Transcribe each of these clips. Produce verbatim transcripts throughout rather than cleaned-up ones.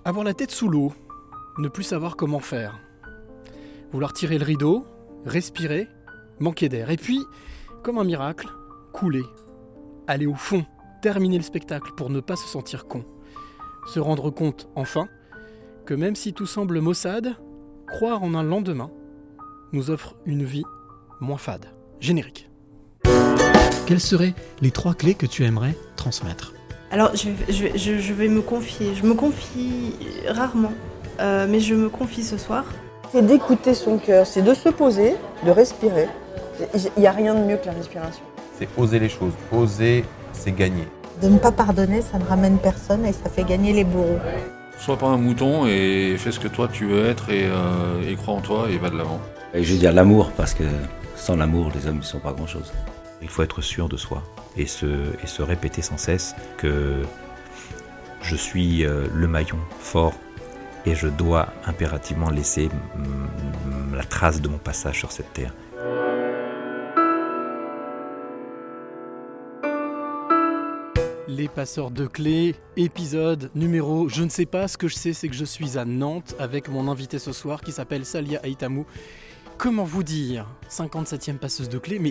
Avoir la tête sous l'eau, ne plus savoir comment faire. Vouloir tirer le rideau, respirer, manquer d'air. Et puis, comme un miracle, couler. Aller au fond, terminer le spectacle pour ne pas se sentir con. Se rendre compte, enfin, que même si tout semble maussade, croire en un lendemain nous offre une vie moins fade. Générique. Quelles seraient les trois clés que tu aimerais transmettre ? Alors, je, je, je, je vais me confier. Je me confie rarement, euh, mais je me confie ce soir. C'est d'écouter son cœur, c'est de se poser, de respirer. Il n'y a rien de mieux que la respiration. C'est oser les choses. Oser, c'est gagner. De ne pas pardonner, ça ne ramène personne et ça fait gagner les bourreaux. Sois pas un mouton et fais ce que toi tu veux être et, euh, et crois en toi et va de l'avant. Et je veux dire l'amour, parce que sans l'amour, les hommes ne sont pas grand-chose. Il faut être sûr de soi et se, et se répéter sans cesse que je suis euh, le maillon fort et je dois impérativement laisser m- m- la trace de mon passage sur cette terre. Les passeurs de clés, épisode numéro, je ne sais pas, ce que je sais c'est que je suis à Nantes avec mon invité ce soir qui s'appelle Salia Aïtamou. Comment vous dire, cinquante-septième passeuse de clés, mais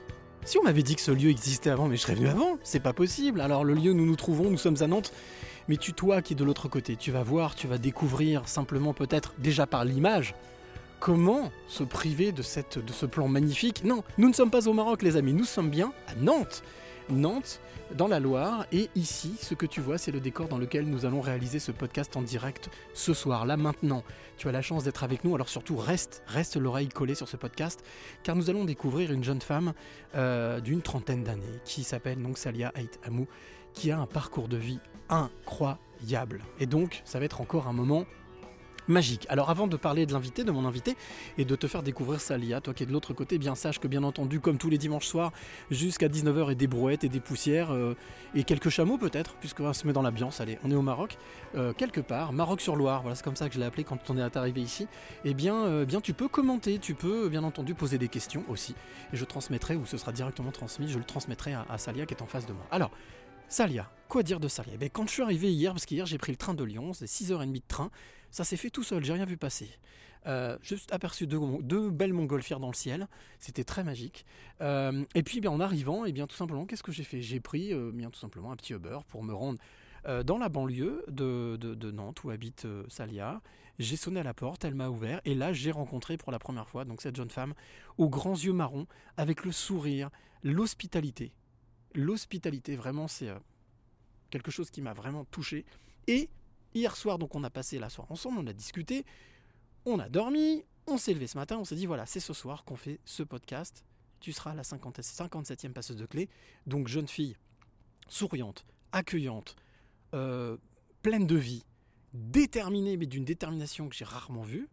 si on m'avait dit que ce lieu existait avant, mais je serais venu avant, c'est pas possible. Alors le lieu où nous nous trouvons, nous sommes à Nantes, mais tu toi qui es de l'autre côté, tu vas voir, tu vas découvrir simplement peut-être déjà par l'image, comment se priver de, cette, de ce plan magnifique. Non, nous ne sommes pas au Maroc les amis, nous sommes bien à Nantes. Nantes, dans la Loire, et ici, ce que tu vois, c'est le décor dans lequel nous allons réaliser ce podcast en direct ce soir, là maintenant. Tu as la chance d'être avec nous, alors surtout reste, reste l'oreille collée sur ce podcast, car nous allons découvrir une jeune femme euh, d'une trentaine d'années, qui s'appelle donc Salia Aïtamou, qui a un parcours de vie incroyable. Et donc, ça va être encore un moment magique. Alors avant de parler de l'invité, de mon invité, et de te faire découvrir Salia, toi qui es de l'autre côté, bien sache que bien entendu, comme tous les dimanches soirs, jusqu'à dix-neuf heures et des brouettes et des poussières, euh, et quelques chameaux peut-être, puisqu'on se met dans l'ambiance, allez, on est au Maroc, euh, quelque part, Maroc-sur-Loire, voilà, c'est comme ça que je l'ai appelé quand on est arrivé ici, et bien, euh, bien tu peux commenter, tu peux bien entendu poser des questions aussi, et je transmettrai, ou ce sera directement transmis, je le transmettrai à, à Salia qui est en face de moi. Alors, Salia, quoi dire de Salia ? Eh bien, quand je suis arrivé hier, parce qu'hier j'ai pris le train de Lyon, c'est six heures trente de train, ça s'est fait tout seul, j'ai rien vu passer. Euh, j'ai juste aperçu deux, deux belles montgolfières dans le ciel, c'était très magique. Euh, et puis bien, en arrivant, eh bien, tout simplement, qu'est-ce que j'ai fait ? J'ai pris euh, bien, tout simplement un petit Uber pour me rendre euh, dans la banlieue de, de, de Nantes où habite euh, Salia. J'ai sonné à la porte, elle m'a ouvert et là j'ai rencontré pour la première fois donc, cette jeune femme aux grands yeux marrons, avec le sourire, l'hospitalité. L'hospitalité, vraiment, c'est euh, quelque chose qui m'a vraiment touché. Et hier soir, donc, on a passé la soirée ensemble, on a discuté, on a dormi, on s'est levé ce matin, on s'est dit, voilà, c'est ce soir qu'on fait ce podcast. Tu seras la cinquante-septième passeuse de clés. Donc, jeune fille, souriante, accueillante, euh, pleine de vie, déterminée, mais d'une détermination que j'ai rarement vue.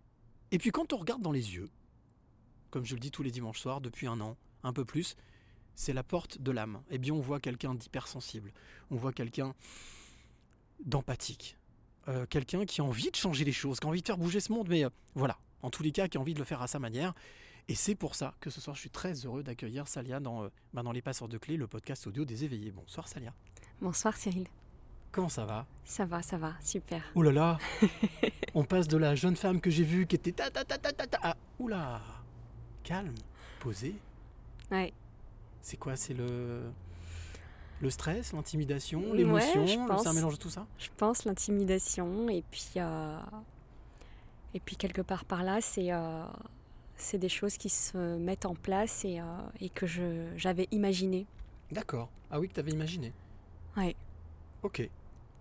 Et puis, quand on regarde dans les yeux, comme je le dis tous les dimanches soirs, depuis un an, un peu plus, c'est la porte de l'âme. Eh bien, on voit quelqu'un d'hypersensible. On voit quelqu'un d'empathique. Euh, quelqu'un qui a envie de changer les choses, qui a envie de faire bouger ce monde. Mais euh, voilà, en tous les cas, qui a envie de le faire à sa manière. Et c'est pour ça que ce soir, je suis très heureux d'accueillir Salia dans, euh, bah, dans Les Passeurs de Clés, le podcast audio des éveillés. Bonsoir Salia. Bonsoir Cyril. Comment ça va ? Ça va, ça va, super. Ouh là là, on passe de la jeune femme que j'ai vue qui était ta ta ta ta ta ta à ouh là, calme, posée. Ouais. C'est quoi ? C'est le, le stress, l'intimidation, l'émotion, ouais, pense, c'est un mélange de tout ça ? Je pense l'intimidation et puis, euh, et puis quelque part par là, c'est, euh, c'est des choses qui se mettent en place et, euh, et que je, j'avais imaginé. D'accord. Ah oui, que tu avais imaginé. Ouais. Ok.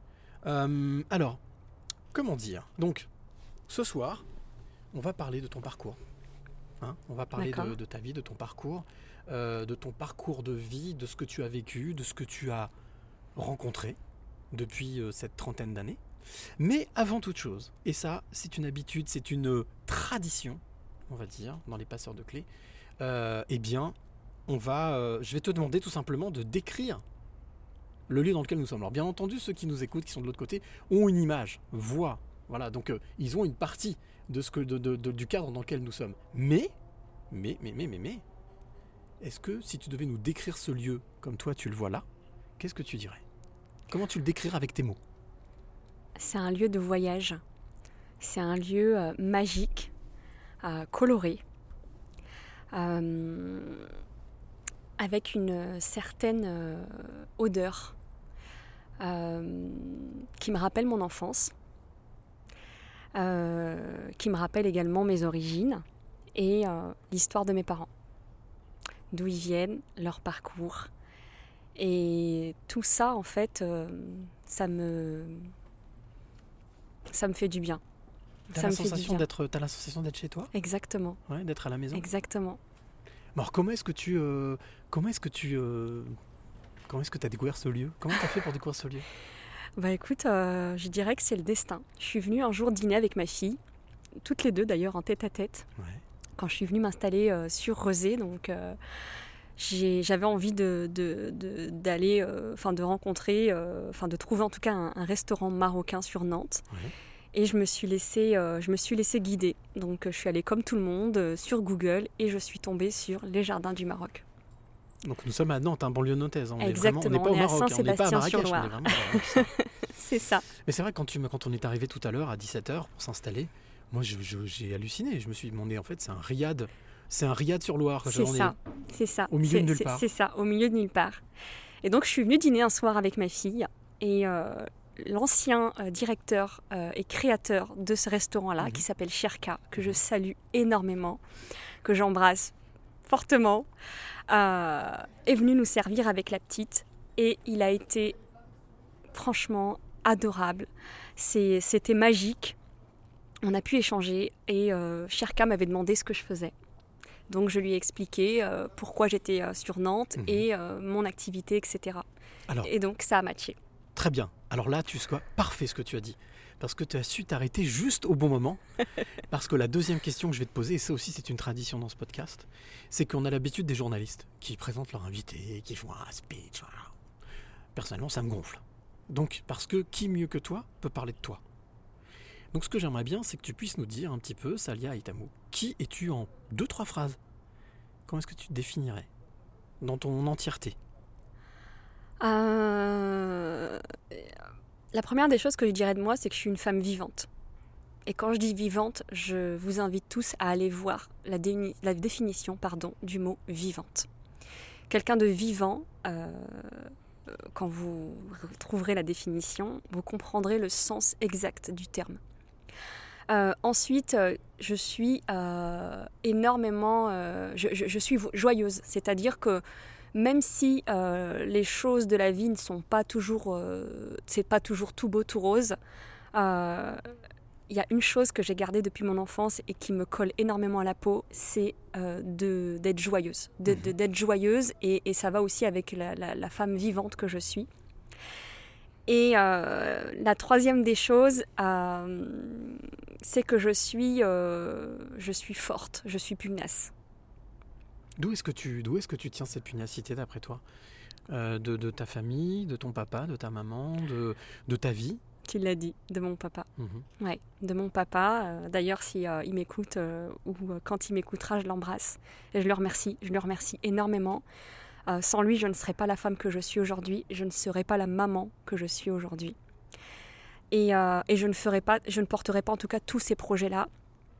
Euh, alors, comment dire ? Donc, ce soir, on va parler de ton parcours. Hein, on va parler de, de ta vie, de ton parcours, euh, de ton parcours de vie, de ce que tu as vécu, de ce que tu as rencontré depuis euh, cette trentaine d'années. Mais avant toute chose, et ça c'est une habitude, c'est une tradition, on va dire, dans les passeurs de clés, euh, eh bien, on va, euh, je vais te demander tout simplement de décrire le lieu dans lequel nous sommes. Alors bien entendu, ceux qui nous écoutent, qui sont de l'autre côté, ont une image, voient, voilà, donc euh, ils ont une partie de ce que, de, de, de, du cadre dans lequel nous sommes. Mais, mais, mais, mais, mais, mais, est-ce que si tu devais nous décrire ce lieu comme toi tu le vois là, qu'est-ce que tu dirais ? Comment tu le décrirais avec tes mots ? c'est un lieu de voyage. C'est un lieu euh, magique, euh, coloré, euh, avec une certaine euh, odeur euh, qui me rappelle mon enfance, euh, qui me rappelle également mes origines et euh, l'histoire de mes parents, d'où ils viennent, leur parcours. Et tout ça, en fait, euh, ça me, ça me fait du bien. T'as Ça la me fait du sensation bien. d'être, t'as la sensation d'être chez toi, Exactement, ouais, d'être à la maison. exactement. Alors comment est-ce que tu, euh, comment est-ce que tu, euh, comment est-ce que t'as découvert ce lieu? Comment t'as fait pour découvrir ce lieu? Bah écoute, euh, je dirais que c'est le destin. Je suis venue un jour dîner avec ma fille, toutes les deux d'ailleurs en tête à tête, Ouais. quand je suis venue m'installer euh, sur Rezé. Donc euh, j'ai- j'avais envie de, de- de- d'aller, euh, enfin de rencontrer, euh, enfin de trouver en tout cas un, un restaurant marocain sur Nantes. Ouais. Et je me suis laissée, euh, je me suis laissée guider. Donc euh, je suis allée comme tout le monde euh, sur Google et je suis tombée sur les jardins du Maroc. Donc nous sommes à Nantes, un banlieue nantaise. On Exactement, est vraiment, on n'est pas on au est à Maroc, hein, on n'est pas à Marrakech, on est Saint-Sébastien-sur-Loire. vraiment à ça. C'est ça. Mais c'est vrai, quand, tu, me- quand on est arrivé tout à l'heure à dix-sept heures pour s'installer, moi je- je- j'ai halluciné. Je me suis demandé, en fait, c'est un riad. C'est un riad sur Loire. C'est On est- ça, c'est ça. au milieu de C'est- nulle c'est- part. C'est ça, au milieu de nulle part. Et donc je suis venue dîner un soir avec ma fille et euh, l'ancien euh, directeur euh, et créateur de ce restaurant-là, Mhm. qui s'appelle Sherka, que je salue énormément, que j'embrasse fortement, euh, est venu nous servir avec la petite et il a été franchement adorable. C'est- C'était magique. On a pu échanger et euh, Sherka m'avait demandé ce que je faisais. Donc je lui ai expliqué euh, pourquoi j'étais euh, sur Nantes Mhm. et euh, mon activité, et cetera. Alors, Et donc ça a matché. très bien. Alors là, tu sais quoi, parfait ce que tu as dit. Parce que tu as su t'arrêter juste au bon moment. Parce que la deuxième question que je vais te poser, et ça aussi c'est une tradition dans ce podcast, c'est qu'on a l'habitude des journalistes qui présentent leur invité, qui font un speech. Voilà. Personnellement, ça me gonfle. Donc, parce que qui mieux que toi peut parler de toi? Donc ce que j'aimerais bien, c'est que tu puisses nous dire un petit peu, Salia Aïtamou, qui es-tu en deux, trois phrases? Comment est-ce que tu te définirais dans ton entièreté? Euh, La première des choses que je dirais de moi, c'est que je suis une femme vivante. Et quand je dis vivante, je vous invite tous à aller voir la, déni- la définition pardon, du mot vivante. Quelqu'un de vivant, euh, quand vous trouverez la définition, vous comprendrez le sens exact du terme. Euh, ensuite, euh, je suis euh, énormément, euh, je, je- je suis vo- joyeuse, c'est-à-dire que même si euh, les choses de la vie ne sont pas toujours, euh, c'est pas toujours tout beau, tout rose, euh, il y a une chose que j'ai gardée depuis mon enfance et qui me colle énormément à la peau, c'est euh, de, d'être joyeuse, de, de- d'être joyeuse et, et ça va aussi avec la, la- la femme vivante que je suis. Et euh, la troisième des choses, euh, c'est que je suis, euh, je suis forte, je suis pugnace. D'où est-ce que tu, d'où est-ce que tu tiens cette pugnacité d'après toi? Euh, de, de ta famille, de ton papa, de ta maman, de, de ta vie? Tu l'as dit, de mon papa. Mhm. Ouais, de mon papa. Euh, d'ailleurs, si euh, il m'écoute euh, ou euh, quand il m'écoutera, je l'embrasse et je le remercie. Je le remercie énormément. Euh, sans lui, je ne serais pas la femme que je suis aujourd'hui. Je ne serais pas la maman que je suis aujourd'hui. Et, euh, et je ne ferai pas, je ne porterai pas en tout cas tous ces projets-là.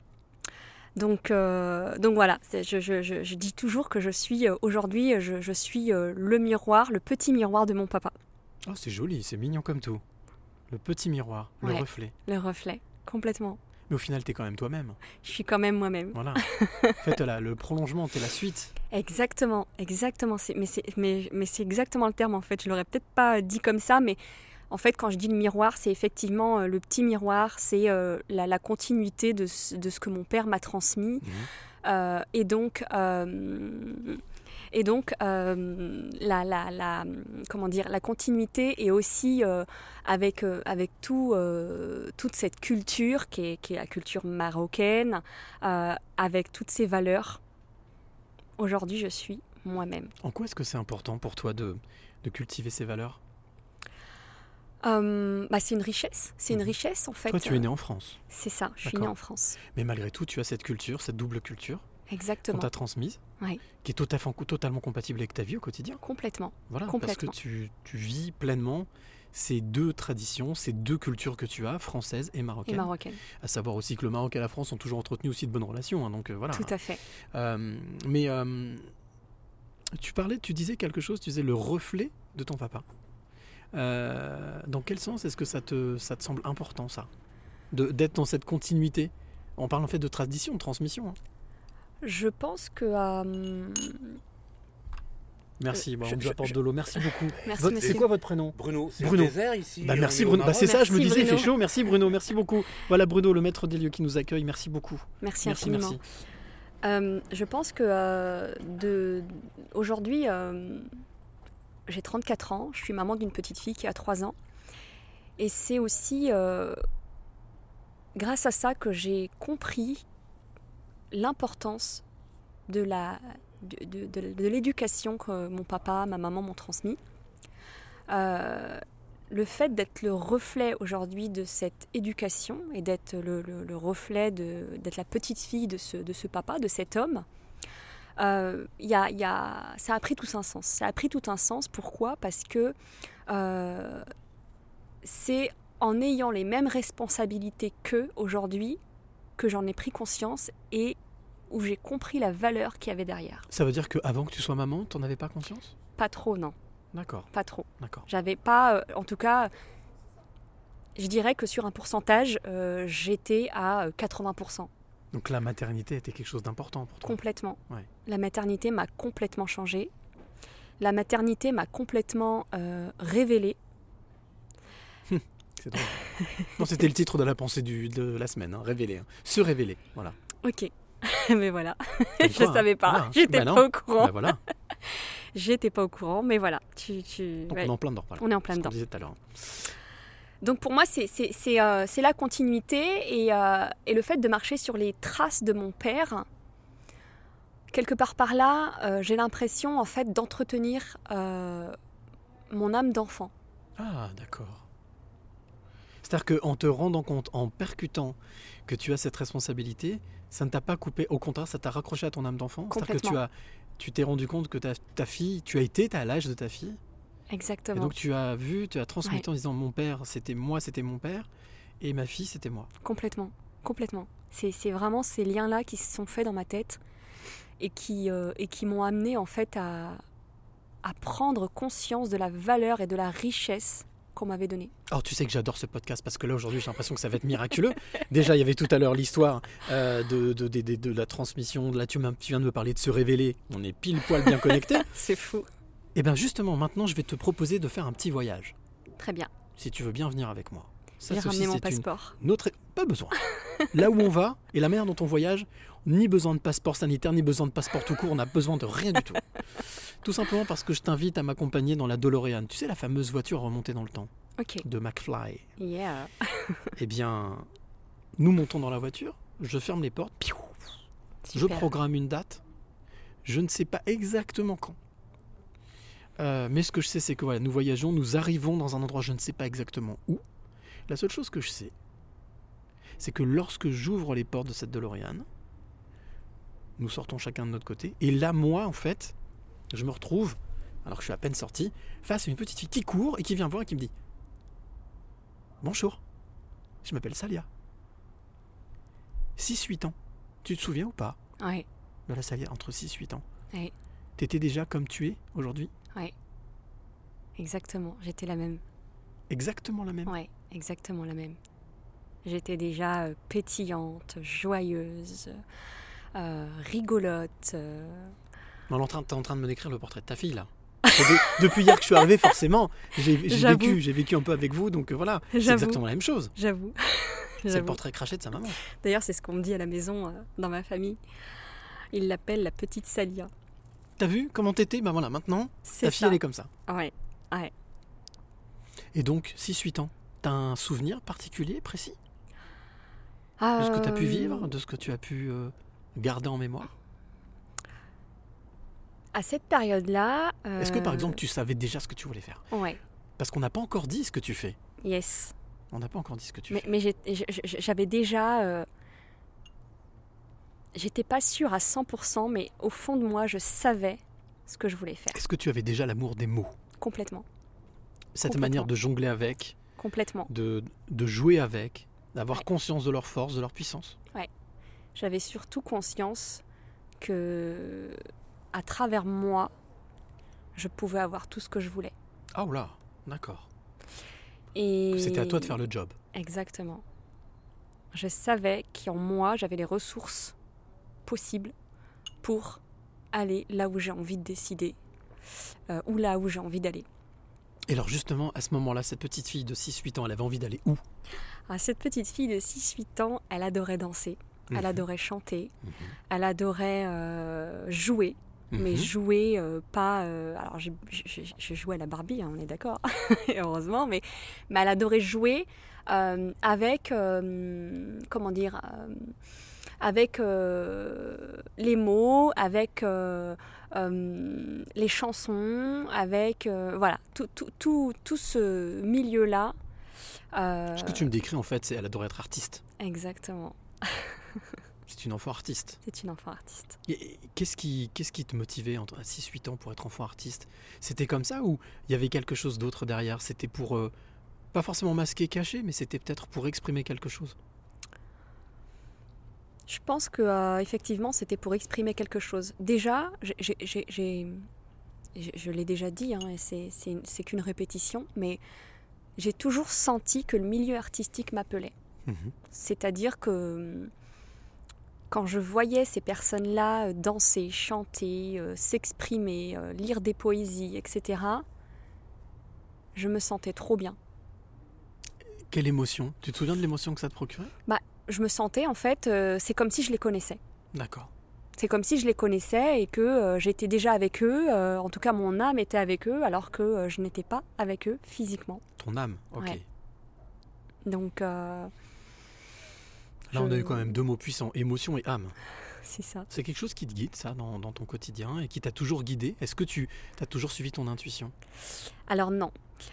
Donc, euh, donc voilà, c'est- je, je, je, je dis toujours que je suis euh, aujourd'hui, je, je suis euh, le miroir, le petit miroir de mon papa, Oh, c'est joli, c'est mignon comme tout. Le petit miroir, le Ouais. reflet. le reflet, complètement. Mais au final, t'es quand même toi-même. Je suis quand même moi-même. Voilà. En fait, là, le prolongement, t'es la suite. Exactement, exactement. C'est, mais, c'est, mais, mais c'est exactement le terme en fait. Je l'aurais peut-être pas dit comme ça, mais en fait, quand je dis le miroir, c'est effectivement euh, le petit miroir, c'est euh, la, la continuité de ce, de ce que mon père m'a transmis. Mhm. Euh, et donc, euh, et donc euh, la, la, la, comment dire, la continuité est aussi euh, avec, euh, avec tout, euh, toute cette culture qui est, qui est la culture marocaine, euh, avec toutes ces valeurs. Aujourd'hui, je suis moi-même. En quoi est-ce que c'est important pour toi de, de cultiver ces valeurs? Euh, bah, c'est une richesse, c'est une Mhm. richesse en fait. Toi, tu es né en France. C'est ça, je suis D'accord. née en France. Mais malgré tout, tu as cette culture, cette double culture qu'on Exactement, t'a transmise, Ouais. qui est totalement, totalement compatible avec ta vie au quotidien. complètement. Voilà, parce que Complètement. tu, tu vis pleinement ces deux traditions, ces deux cultures que tu as, française et marocaine. Et marocaine. À savoir aussi que le Maroc et la France ont toujours entretenu aussi de bonnes relations, hein, donc euh, voilà. Tout à fait. Euh, mais euh, tu parlais, tu disais quelque chose, tu disais le reflet de ton papa. Euh, dans quel sens est-ce que ça te, ça te semble important, ça, de, d'être dans cette continuité? On parle en fait de tradition, de transmission. Hein. Je pense que... euh, Merci, Euh, bon, je- on nous je- apporte je- de l'eau, merci beaucoup. Merci, Votre- monsieur. c'est quoi votre prénom? Bruno, c'est Bruno. le désert ici. Bah, on merci est au Bruno, bah, Maroc. c'est ça, je me Merci, disais, il fait Bruno. chaud, merci Bruno, merci beaucoup. Voilà Bruno, le maître des lieux qui nous accueille, merci beaucoup. Merci, Merci, infiniment. merci. Euh, je pense que euh, de... aujourd'hui, euh, j'ai trente-quatre ans, je suis maman d'une petite fille qui a trois ans. Et c'est aussi euh, grâce à ça que j'ai compris l'importance de, la, de, de, de- de l'éducation que mon papa, ma maman m'ont transmis. Euh, le fait d'être le reflet aujourd'hui de cette éducation et d'être le, le- le reflet de, d'être la petite fille de ce, de ce papa, de cet homme, euh, y a, y a, ça a pris tout un sens. Ça a pris tout un sens. Pourquoi ? Parce que euh, c'est en ayant les mêmes responsabilités qu'eux aujourd'hui que j'en ai pris conscience et où j'ai compris la valeur qu'il y avait derrière. Ça veut dire qu'avant que tu sois maman, t'en avais pas conscience? Pas trop, non. D'accord, Pas trop. d'accord. J'avais pas, euh, en tout cas, je dirais que sur un pourcentage, euh, j'étais à euh, quatre-vingts pour cent. Donc la maternité était quelque chose d'important pour toi. Complètement. Ouais. La maternité m'a complètement changée. La maternité m'a complètement euh, révélée. C'est drôle. Non, c'était le titre de la pensée du, de la semaine, hein, révéler. Hein. Se révéler, voilà. Ok. mais voilà. Comme je quoi, ne savais hein. pas. Voilà. J'étais Bah non. pas au courant. Bah voilà. J'étais pas au courant, mais voilà. Tu, tu... Donc ouais. on est en plein dedans. Voilà. On est en plein Ce dedans. qu'on disait tout à l'heure. Donc pour moi, c'est, c'est, c'est, euh, c'est la continuité et, euh, et le fait de marcher sur les traces de mon père. Quelque part par là, euh, j'ai l'impression en fait d'entretenir euh, mon âme d'enfant. Ah, d'accord. C'est-à-dire qu'en te rendant compte, en percutant que tu as cette responsabilité, ça ne t'a pas coupé, au contraire, ça t'a raccroché à ton âme d'enfant. C'est-à-dire que tu, Complètement. as, tu t'es rendu compte que ta, ta fille, tu as été à l'âge de ta fille, et Exactement. donc tu as vu, tu as transmis Ouais. en disant mon père, c'était moi, c'était mon père, et ma fille, c'était moi. Complètement. Complètement. C'est, c'est vraiment ces liens-là qui se sont faits dans ma tête et qui, euh, et qui m'ont amené en fait à, à prendre conscience de la valeur et de la richesse qu'on m'avait donnée. Alors tu sais que j'adore ce podcast parce que là aujourd'hui j'ai l'impression que ça va être miraculeux. Déjà il y avait tout à l'heure l'histoire euh, de, de, de, de, de la transmission, là tu, m'as- tu viens de me parler de se révéler, on est pile poil bien connectés. C'est fou. Et bien justement maintenant je vais te proposer de faire un petit voyage, Très bien. si tu veux bien venir avec moi. Ça, J'ai Sophie, ramené mon c'est une- passeport. Notre... Pas besoin. Là où on va et la manière dont on voyage, ni besoin de passeport sanitaire, ni besoin de passeport tout court, on n'a besoin de rien du tout. Tout simplement parce que je t'invite à m'accompagner dans la DeLorean. Tu sais la fameuse voiture remontée dans le temps Ok. de McFly. Yeah. Eh bien, nous montons dans la voiture, je ferme les portes, piou, je Super. programme une date, je ne sais pas exactement quand. Euh, mais ce que je sais, c'est que voilà, nous voyageons, nous arrivons dans un endroit, je ne sais pas exactement où. La seule chose que je sais, c'est que lorsque j'ouvre les portes de cette DeLorean, nous sortons chacun de notre côté, et là, moi, en fait, je me retrouve, alors que je suis à peine sorti, face à une petite fille qui court et qui vient voir et qui me dit « Bonjour, je m'appelle Salia. six huit ans. Tu te souviens ou pas Ouais. de la Salia entre six huit ans Ouais. T'étais déjà comme tu es aujourd'hui? Ouais. Exactement. J'étais la même. Exactement la même. Ouais. Exactement la même. J'étais déjà euh, pétillante, joyeuse, euh, rigolote. euh, Non, t'es en train- t'es en train de me décrire le portrait de ta fille là. Et de- depuis hier que je suis arrivé, forcément, j'ai, j'ai J'avoue. vécu, j'ai vécu un peu avec vous, donc euh, voilà, c'est J'avoue. exactement la même chose. J'avoue. C'est le J'avoue. portrait craché de sa maman. D'ailleurs, c'est ce qu'on me dit à la maison, euh, dans ma famille. Ils l'appellent la petite Salia. T'as vu comment t'étais? Ben voilà, maintenant, C'est ta fille ça. elle est comme ça. Ouais. Ouais. Et donc, six huit ans, t'as un souvenir particulier, précis de ce que t'as pu Euh, vivre, de ce que tu as pu euh, garder en mémoire? À cette période-là. euh, Est-ce que par exemple tu savais déjà ce que tu voulais faire? Ouais. Parce qu'on n'a pas encore dit ce que tu fais. Yes. On n'a pas encore dit ce que tu Mais, fais. mais j'ai- j'- j'- j'avais déjà. euh, J'étais pas sûre à cent pour cent, mais au fond de moi, je savais ce que je voulais faire. Est-ce que tu avais déjà l'amour des mots? Complètement. cette Complètement. manière de jongler avec, Complètement. de, de jouer avec, d'avoir Ouais. conscience de leur force, de leur puissance. J'avais surtout conscience que, à travers moi, je pouvais avoir tout ce que je voulais. Ah là, d'accord. Et C'était à toi de faire le job. Exactement. Je savais qu'en moi, j'avais les ressources possibles pour aller là où j'ai envie de décider, euh, ou là où j'ai envie d'aller. Et alors justement, à ce moment-là, cette petite fille de six huit ans, elle avait envie d'aller où? Ah, cette petite fille de six huit ans, elle adorait danser, elle Mhm. adorait chanter, Mhm. elle adorait euh, jouer. Mais Mhm. jouer, euh, pas... euh, alors, j'ai- j'ai- je jouais à la Barbie, hein, on est d'accord, heureusement, mais, mais elle adorait jouer euh, avec, euh, comment dire, euh, avec euh, les mots, avec euh, euh, les chansons, avec, euh, voilà, tout, tout, tout, tout ce milieu-là. euh, Ce que tu me décris, en fait, c'est elle adorait être artiste. Exactement, C'est une enfant artiste. c'est une enfant artiste. Et qu'est-ce qui, qu'est-ce qui te motivait entre- à six huit ans pour être enfant artiste? C'était comme ça ou il y avait quelque chose d'autre derrière? C'était pour, euh, pas forcément masquer, cacher, mais c'était peut-être pour exprimer quelque chose? Je pense que euh, effectivement, c'était pour exprimer quelque chose. Déjà, j'ai, j'ai, j'ai- j'ai- je, je l'ai déjà dit, hein, et c'est, c'est, c'est qu'une répétition, mais j'ai toujours senti que le milieu artistique m'appelait. Mhm. C'est-à-dire que quand je voyais ces personnes-là euh, danser, chanter, euh, s'exprimer, euh, lire des poésies, et cetera, je me sentais trop bien. Quelle émotion? Tu te souviens de l'émotion que ça te procurait? Je me sentais, en fait, euh, c'est comme si je les connaissais. D'accord. C'est comme si je les connaissais et que euh, j'étais déjà avec eux, euh, en tout cas mon âme était avec eux, alors que euh, je n'étais pas avec eux physiquement. Ton âme, ok. Ouais. Donc, euh, Là, on je- a eu quand même deux mots puissants, émotion et âme. c'est ça. C'est quelque chose qui te guide, ça, dans, dans ton quotidien et qui t'a toujours guidé. Est-ce que tu as toujours suivi ton intuition? Alors non,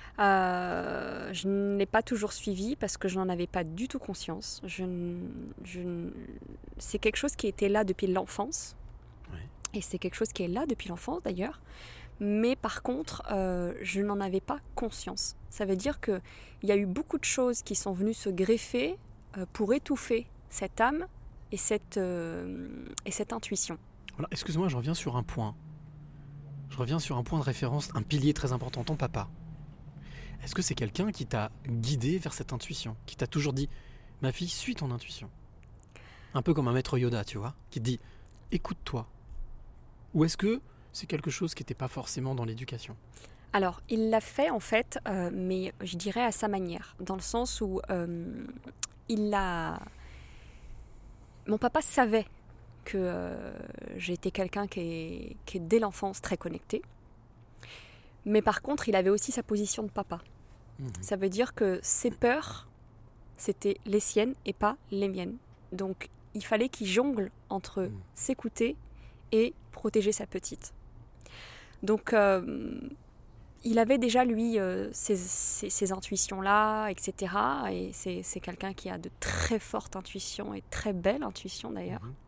Euh, je ne l'ai pas toujours suivi parce que je n'en avais pas du tout conscience. Je, n- je n- c'est quelque chose qui était là depuis l'enfance. Ouais. Et c'est quelque chose qui est là depuis l'enfance d'ailleurs. Mais par contre, euh, je n'en avais pas conscience. Ça veut dire qu'il y a eu beaucoup de choses qui sont venues se greffer euh, pour étouffer cette âme et cette, euh, et cette intuition. Alors, excuse-moi, je reviens sur un point. Je reviens sur un point de référence, un pilier très important, ton papa. Est-ce que c'est quelqu'un qui t'a guidé vers cette intuition, qui t'a toujours dit « Ma fille, suis ton intuition ». Un peu comme un maître Yoda, tu vois, qui te dit « Écoute-toi ». Ou est-ce que c'est quelque chose qui n'était pas forcément dans l'éducation? Alors, il l'a fait en fait, euh, mais je dirais à sa manière, dans le sens où euh, il l'a... Mon papa savait que euh, j'étais quelqu'un qui est, qui est dès l'enfance très connecté. Mais par contre, il avait aussi sa position de papa. Mhm. Ça veut dire que ses peurs, c'était les siennes et pas les miennes. Donc, il fallait qu'il jongle entre Mhm. s'écouter et protéger sa petite. Donc, euh, il avait déjà, lui, euh, ces, ces- ces intuitions-là, et cetera. Et c'est, c'est quelqu'un qui a de très fortes intuitions et très belles intuitions, d'ailleurs. Mhm.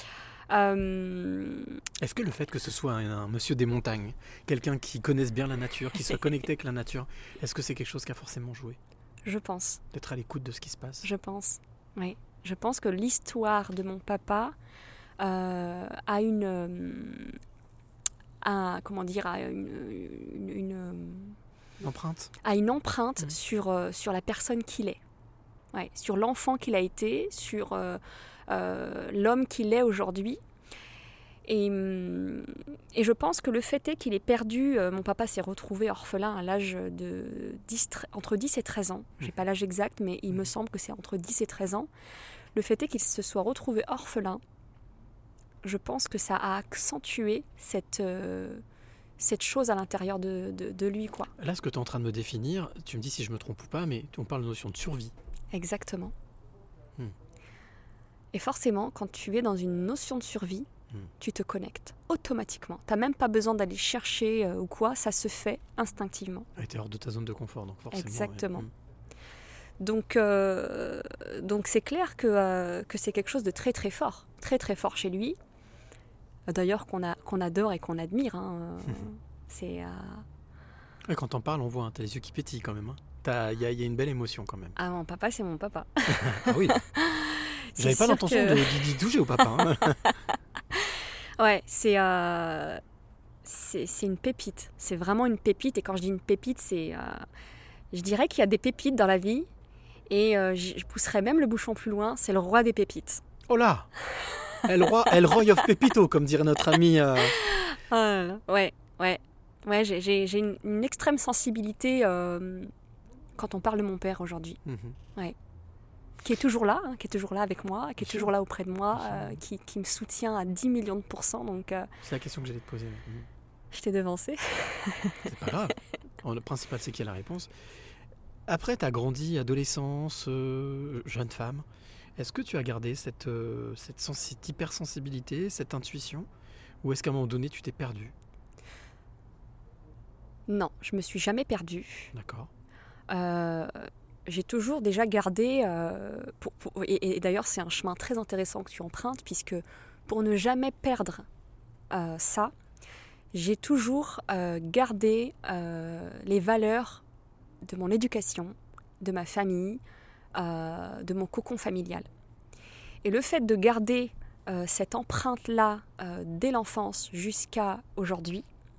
Euh, Est-ce que le fait que ce soit un, un monsieur des montagnes, quelqu'un qui connaisse bien la nature, qui soit connecté avec la nature, est-ce que c'est quelque chose qui a forcément joué? je pense. D'être à l'écoute de ce qui se passe? Je pense, oui. Je pense que l'histoire de mon papa euh, a une, euh, a, comment dire, a une, une, une, euh, Empreinte? a une empreinte Mhm. sur, euh, sur la personne qu'il est. Ouais, sur l'enfant qu'il a été, sur euh, euh, l'homme qu'il est aujourd'hui. Et, hum, et je pense que le fait est qu'il est perdu. euh, mon papa s'est retrouvé orphelin à l'âge de dix, tre- entre dix et treize ans. Je n'ai pas l'âge exact, mais il me semble que c'est entre dix et treize ans. Le fait est qu'il se soit retrouvé orphelin. Je pense que ça a accentué cette, euh, cette chose à l'intérieur de, de, de lui, quoi. Là, ce que tu es en train de me définir, tu me dis si je me trompe ou pas, mais on parle de notion de survie. Exactement. Hmm. Et forcément, quand tu es dans une notion de survie, Hmm. tu te connectes automatiquement. Tu n'as même pas besoin d'aller chercher euh, ou quoi, ça se fait instinctivement. Tu es hors de ta zone de confort, donc forcément. Exactement. ouais. Hmm. Donc, euh, donc c'est clair que, euh, que c'est quelque chose de très très fort, très très fort chez lui. D'ailleurs qu'on a, qu'on adore et qu'on admire. Hein. Mhm. C'est, euh, Et quand t'en parles, on voit, hein, t'as les yeux qui pétillent quand même. Il hein. y, y a une belle émotion quand même. Ah, mon papa, c'est mon papa. Ah oui. J'avais pas l'intention que... de, d'y toucher au papa. Hein. Ouais, c'est, euh, c'est, c'est une pépite. C'est vraiment une pépite. Et quand je dis une pépite, c'est... Euh, je dirais qu'il y a des pépites dans la vie. Et euh, je pousserais même le bouchon plus loin. C'est le roi des pépites. Oh là El Roi, El Roy of Pepito, comme dirait notre ami. Euh... Ah, ouais, ouais. Ouais, j'ai, j'ai, j'ai une, une extrême sensibilité euh, quand on parle de mon père aujourd'hui. Mm-hmm. Ouais. Qui est toujours là, hein, qui est toujours là avec moi, qui est toujours là auprès de moi, euh, qui, qui me soutient à dix millions de pourcents. Donc, euh, c'est la question que j'allais te poser. Je t'ai devancé. C'est pas grave. Le principal, c'est qu'il y a la réponse. Après, tu as grandi, adolescence, euh, jeune femme. Est-ce que tu as gardé cette, euh, cette, sens- cette hypersensibilité, cette intuition, ou est-ce qu'à un moment donné, tu t'es perdue ? Non, je me suis jamais perdue. D'accord. Euh, j'ai toujours déjà gardé, euh, pour, pour, et, et d'ailleurs c'est un chemin très intéressant que tu empruntes, puisque pour ne jamais perdre euh, ça, j'ai toujours euh, gardé euh, les valeurs de mon éducation, de ma famille, euh, de mon cocon familial. Et le fait de garder euh, cette empreinte-là euh, dès l'enfance jusqu'à aujourd'hui,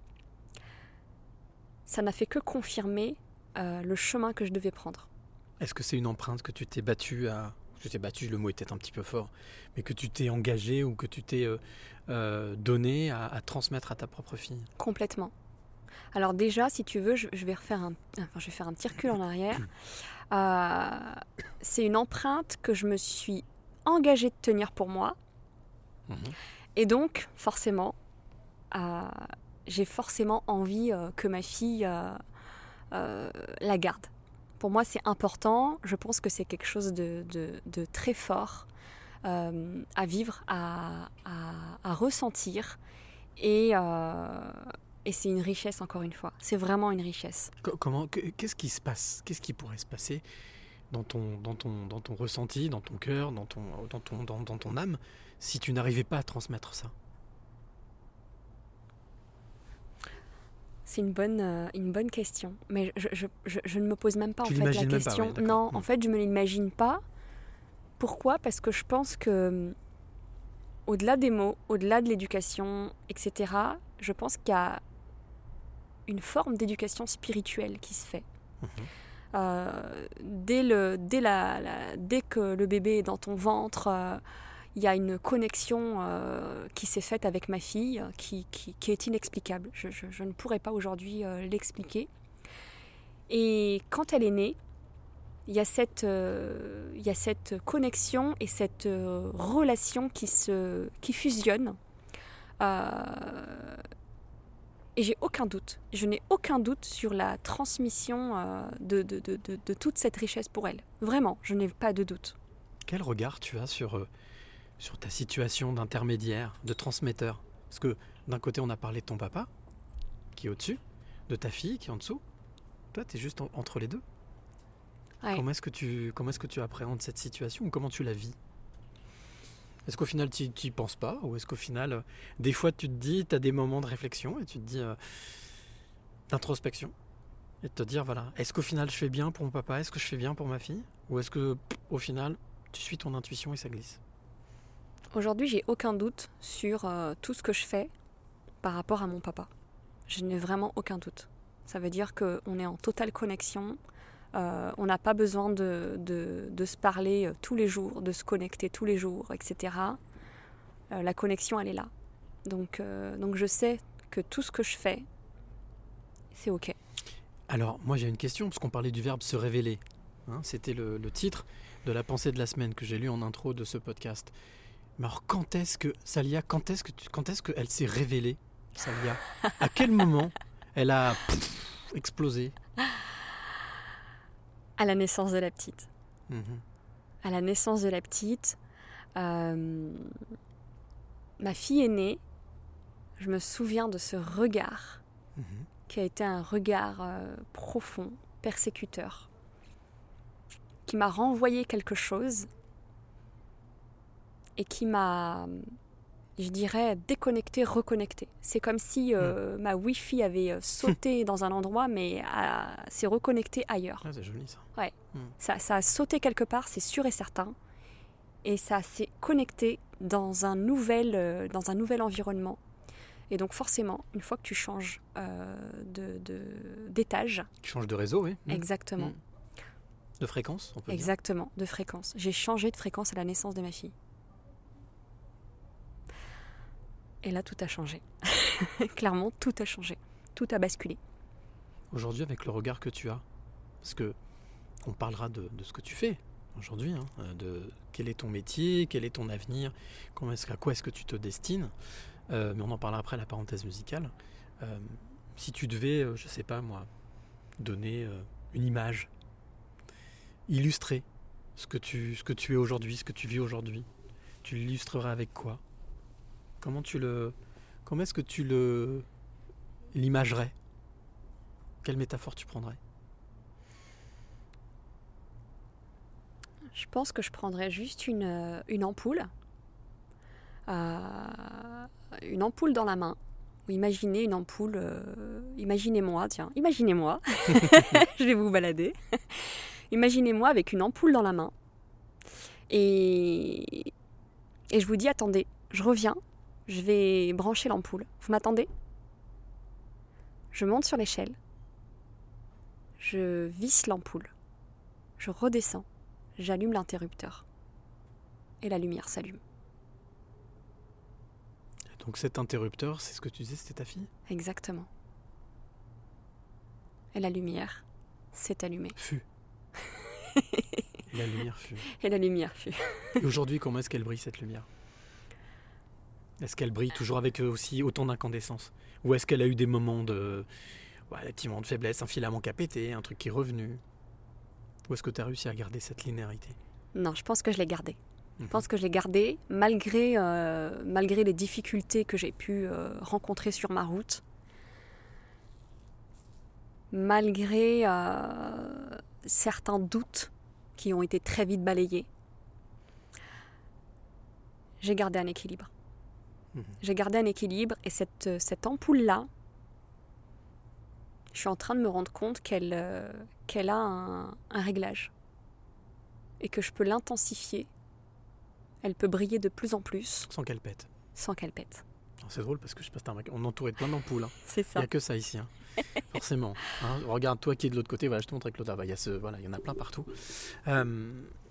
ça n'a fait que confirmer euh, le chemin que je devais prendre. Est-ce que c'est une empreinte que tu t'es battue à... Tu t'es battue, le mot est peut-être un petit peu fort, mais que tu t'es engagée ou que tu t'es euh, euh, donnée à, à transmettre à ta propre fille ? Complètement. Alors déjà, si tu veux, je, je vais refaire un, enfin, je vais faire un petit recul en arrière. Euh, c'est une empreinte que je me suis engagée de tenir pour moi. Mmh. Et donc, forcément, euh, j'ai forcément envie euh, que ma fille euh, euh, la garde. Pour moi, c'est important. Je pense que c'est quelque chose de, de, de très fort euh, à vivre, à, à, à ressentir. Et... Euh, Et c'est une richesse, encore une fois. C'est vraiment une richesse. Comment, qu'est-ce qui se passe ? Qu'est-ce qui pourrait se passer dans ton, dans ton, dans ton ressenti, dans ton cœur, dans ton, dans ton, dans, dans ton âme, si tu n'arrivais pas à transmettre ça ? C'est une bonne, euh, une bonne question. Mais je, je, je, je ne me pose même pas en fait, la question. Pas, ouais, non, mmh. en fait, je ne me l'imagine pas. Pourquoi ? Parce que je pense que, au-delà des mots, au-delà de l'éducation, et cetera, je pense qu'il y a une forme d'éducation spirituelle qui se fait. Mmh. Euh, dès, le, dès, la, la, dès que le bébé est dans ton ventre, euh, il y a une connexion euh, qui s'est faite avec ma fille qui, qui, qui est inexplicable. Je, je, je ne pourrais pas aujourd'hui euh, l'expliquer. Et quand elle est née, il y a cette, euh, il y a cette connexion et cette euh, relation qui, se, qui fusionne. Euh, Et j'ai aucun doute, je n'ai aucun doute sur la transmission euh, de, de, de, de, de toute cette richesse pour elle. Vraiment, je n'ai pas de doute. Quel regard tu as sur, euh, sur ta situation d'intermédiaire, de transmetteur ? Parce que d'un côté, on a parlé de ton papa, qui est au-dessus, de ta fille, qui est en dessous. Toi, tu es juste en, entre les deux. Ouais. Comment est-ce que tu, comment est-ce que tu appréhendes cette situation ou comment tu la vis ? Est-ce qu'au final, tu n'y penses pas ? Ou est-ce qu'au final, euh, des fois, tu te dis, tu as des moments de réflexion et tu te dis euh, d'introspection et de te dire, voilà, est-ce qu'au final, je fais bien pour mon papa ? Est-ce que je fais bien pour ma fille ? Ou est-ce que, pff, au final, tu suis ton intuition et ça glisse ? Aujourd'hui, j'ai aucun doute sur euh, tout ce que je fais par rapport à mon papa. Je n'ai vraiment aucun doute. Ça veut dire qu'on est en totale connexion. Euh, on n'a pas besoin de, de, de se parler tous les jours, de se connecter tous les jours, et cetera. Euh, la connexion, elle est là. Donc, euh, donc je sais que tout ce que je fais, c'est OK. Alors, moi j'ai une question, parce qu'on parlait du verbe se révéler. Hein, c'était le, le titre de la pensée de la semaine que j'ai lu en intro de ce podcast. Mais alors, quand est-ce que, Salia, quand est-ce que tu, quand est-ce qu'elle s'est révélée, Salia ? À quel moment elle a pff, explosé ? À la naissance de la petite. Mmh. À la naissance de la petite, euh, ma fille est née. Je me souviens de ce regard mmh. qui a été un regard euh, profond, persécuteur, qui m'a renvoyé quelque chose et qui m'a je dirais déconnecter, reconnecter. C'est comme si euh, mmh. ma Wi-Fi avait euh, sauté dans un endroit, mais a, s'est reconnectée ailleurs. Ah, c'est joli ça. Ouais. Mmh. Ça, ça a sauté quelque part, c'est sûr et certain. Et ça s'est connecté dans un nouvel, euh, dans un nouvel environnement. Et donc forcément, une fois que tu changes euh, de, de, d'étage... Tu changes de réseau, oui. Mmh. Exactement. Mmh. De fréquence, on peut Exactement, dire. de fréquence. J'ai changé de fréquence à la naissance de ma fille. Et là, tout a changé. Clairement, tout a changé. Tout a basculé. Aujourd'hui, avec le regard que tu as, parce que on parlera de, de ce que tu fais aujourd'hui, hein, de quel est ton métier, quel est ton avenir, comment est-ce, à quoi est-ce que tu te destines, euh, mais on en parlera après la parenthèse musicale. Euh, si tu devais, euh, je sais pas moi, donner euh, une image, illustrer ce que tu, ce que tu es aujourd'hui, ce que tu vis aujourd'hui, tu l'illustrerais avec quoi ? Comment tu le, comment est-ce que tu le, l'imagerais ? Quelle métaphore tu prendrais ? Je pense que je prendrais juste une, une ampoule, euh, une ampoule dans la main. Ou imaginez une ampoule, euh, imaginez-moi, tiens, imaginez-moi, je vais vous balader. Imaginez-moi avec une ampoule dans la main. Et, et je vous dis, attendez, je reviens. Je vais brancher l'ampoule. Vous m'attendez ? Je monte sur l'échelle. Je visse l'ampoule. Je redescends. J'allume l'interrupteur. Et la lumière s'allume. Donc cet interrupteur, c'est ce que tu disais, c'était ta fille ? Exactement. Et la lumière s'est allumée. Fut. Et la lumière fut. Et la lumière fut. Et aujourd'hui, comment est-ce qu'elle brille, cette lumière ? Est-ce qu'elle brille toujours avec aussi autant d'incandescence ? Ou est-ce qu'elle a eu des moments de, ouais, des petits moments de faiblesse, un filament qui a pété, un truc qui est revenu ? Ou est-ce que tu as réussi à garder cette linéarité ? Non, je pense que je l'ai gardée. Mm-hmm. Je pense que je l'ai gardée malgré, euh, malgré les difficultés que j'ai pu euh, rencontrer sur ma route. Malgré euh, certains doutes qui ont été très vite balayés. J'ai gardé un équilibre. J'ai gardé un équilibre et cette, cette ampoule-là, je suis en train de me rendre compte qu'elle, euh, qu'elle a un, un réglage et que je peux l'intensifier. Elle peut briller de plus en plus. Sans qu'elle pète. Sans qu'elle pète. C'est drôle parce que je sais pas si t'as remarqué, on est entouré de plein d'ampoules. Hein. C'est ça. Il n'y a que ça ici. Hein. Forcément. Hein. Regarde toi qui es de l'autre côté, voilà, je te montre avec l'autre. Il y a ce, voilà, il y en a plein partout. Euh,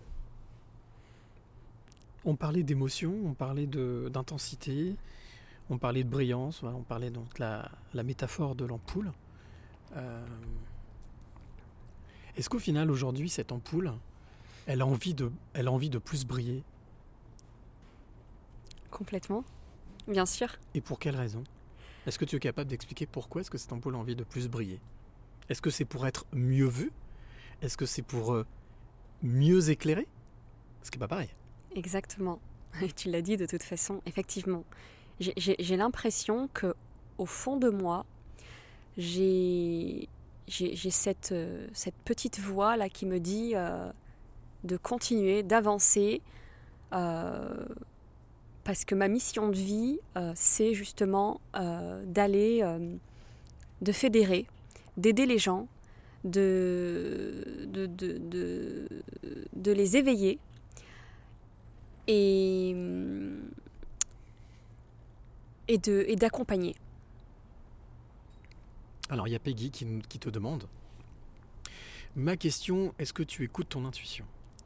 On parlait d'émotion, on parlait de, d'intensité, on parlait de brillance, voilà, on parlait donc de la, la métaphore de l'ampoule. Euh, est-ce qu'au final, aujourd'hui, cette ampoule, elle a envie de, elle a envie de plus briller ? Complètement, bien sûr. Et pour quelle raison ? Est-ce que tu es capable d'expliquer pourquoi est-ce que cette ampoule a envie de plus briller ? Est-ce que c'est pour être mieux vue ? Est-ce que c'est pour euh, mieux éclairer ? Ce qui n'est pas pareil. Exactement. Tu l'as dit de toute façon, effectivement. J'ai, j'ai, j'ai l'impression qu'au fond de moi, j'ai, j'ai, j'ai cette, euh, cette petite voix là qui me dit euh, de continuer, d'avancer, euh, parce que ma mission de vie, euh, c'est justement euh, d'aller, euh, de fédérer, d'aider les gens, de, de, de, de, de les éveiller. Et, et, de, et d'accompagner. Alors, il y a Peggy qui, qui te demande, ma question, est-ce que tu écoutes ton intuition ?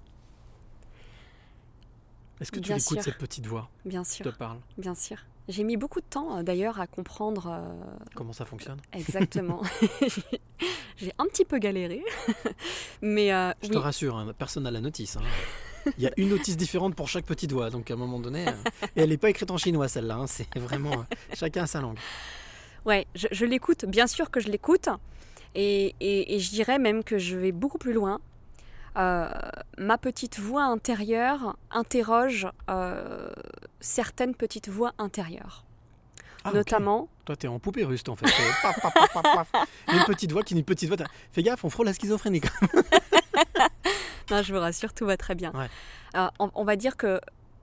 Est-ce que tu Bien écoutes sûr. cette petite voix Bien qui sûr. te parle ? Bien sûr. J'ai mis beaucoup de temps, d'ailleurs, à comprendre... Euh... Comment ça fonctionne ? Exactement. j'ai, j'ai un petit peu galéré. Mais euh, Je oui. te rassure, hein, personne n'a la notice. Hein. Il y a une notice différente pour chaque petite voix, donc à un moment donné, euh, et elle n'est pas écrite en chinois celle-là, hein, c'est vraiment euh, chacun a sa langue. Ouais, je, je l'écoute, bien sûr que je l'écoute, et, et, et je dirais même que je vais beaucoup plus loin. Euh, ma petite voix intérieure interroge euh, certaines petites voix intérieures. Ah, Notamment... Okay. Toi, t'es en poupée russe, en fait. paf, paf, paf, paf, paf. Une petite voix qui est une petite voix. Fais gaffe, on frôle la schizophrénie. Non, je vous rassure, tout va très bien. Ouais. Alors, on, on va dire que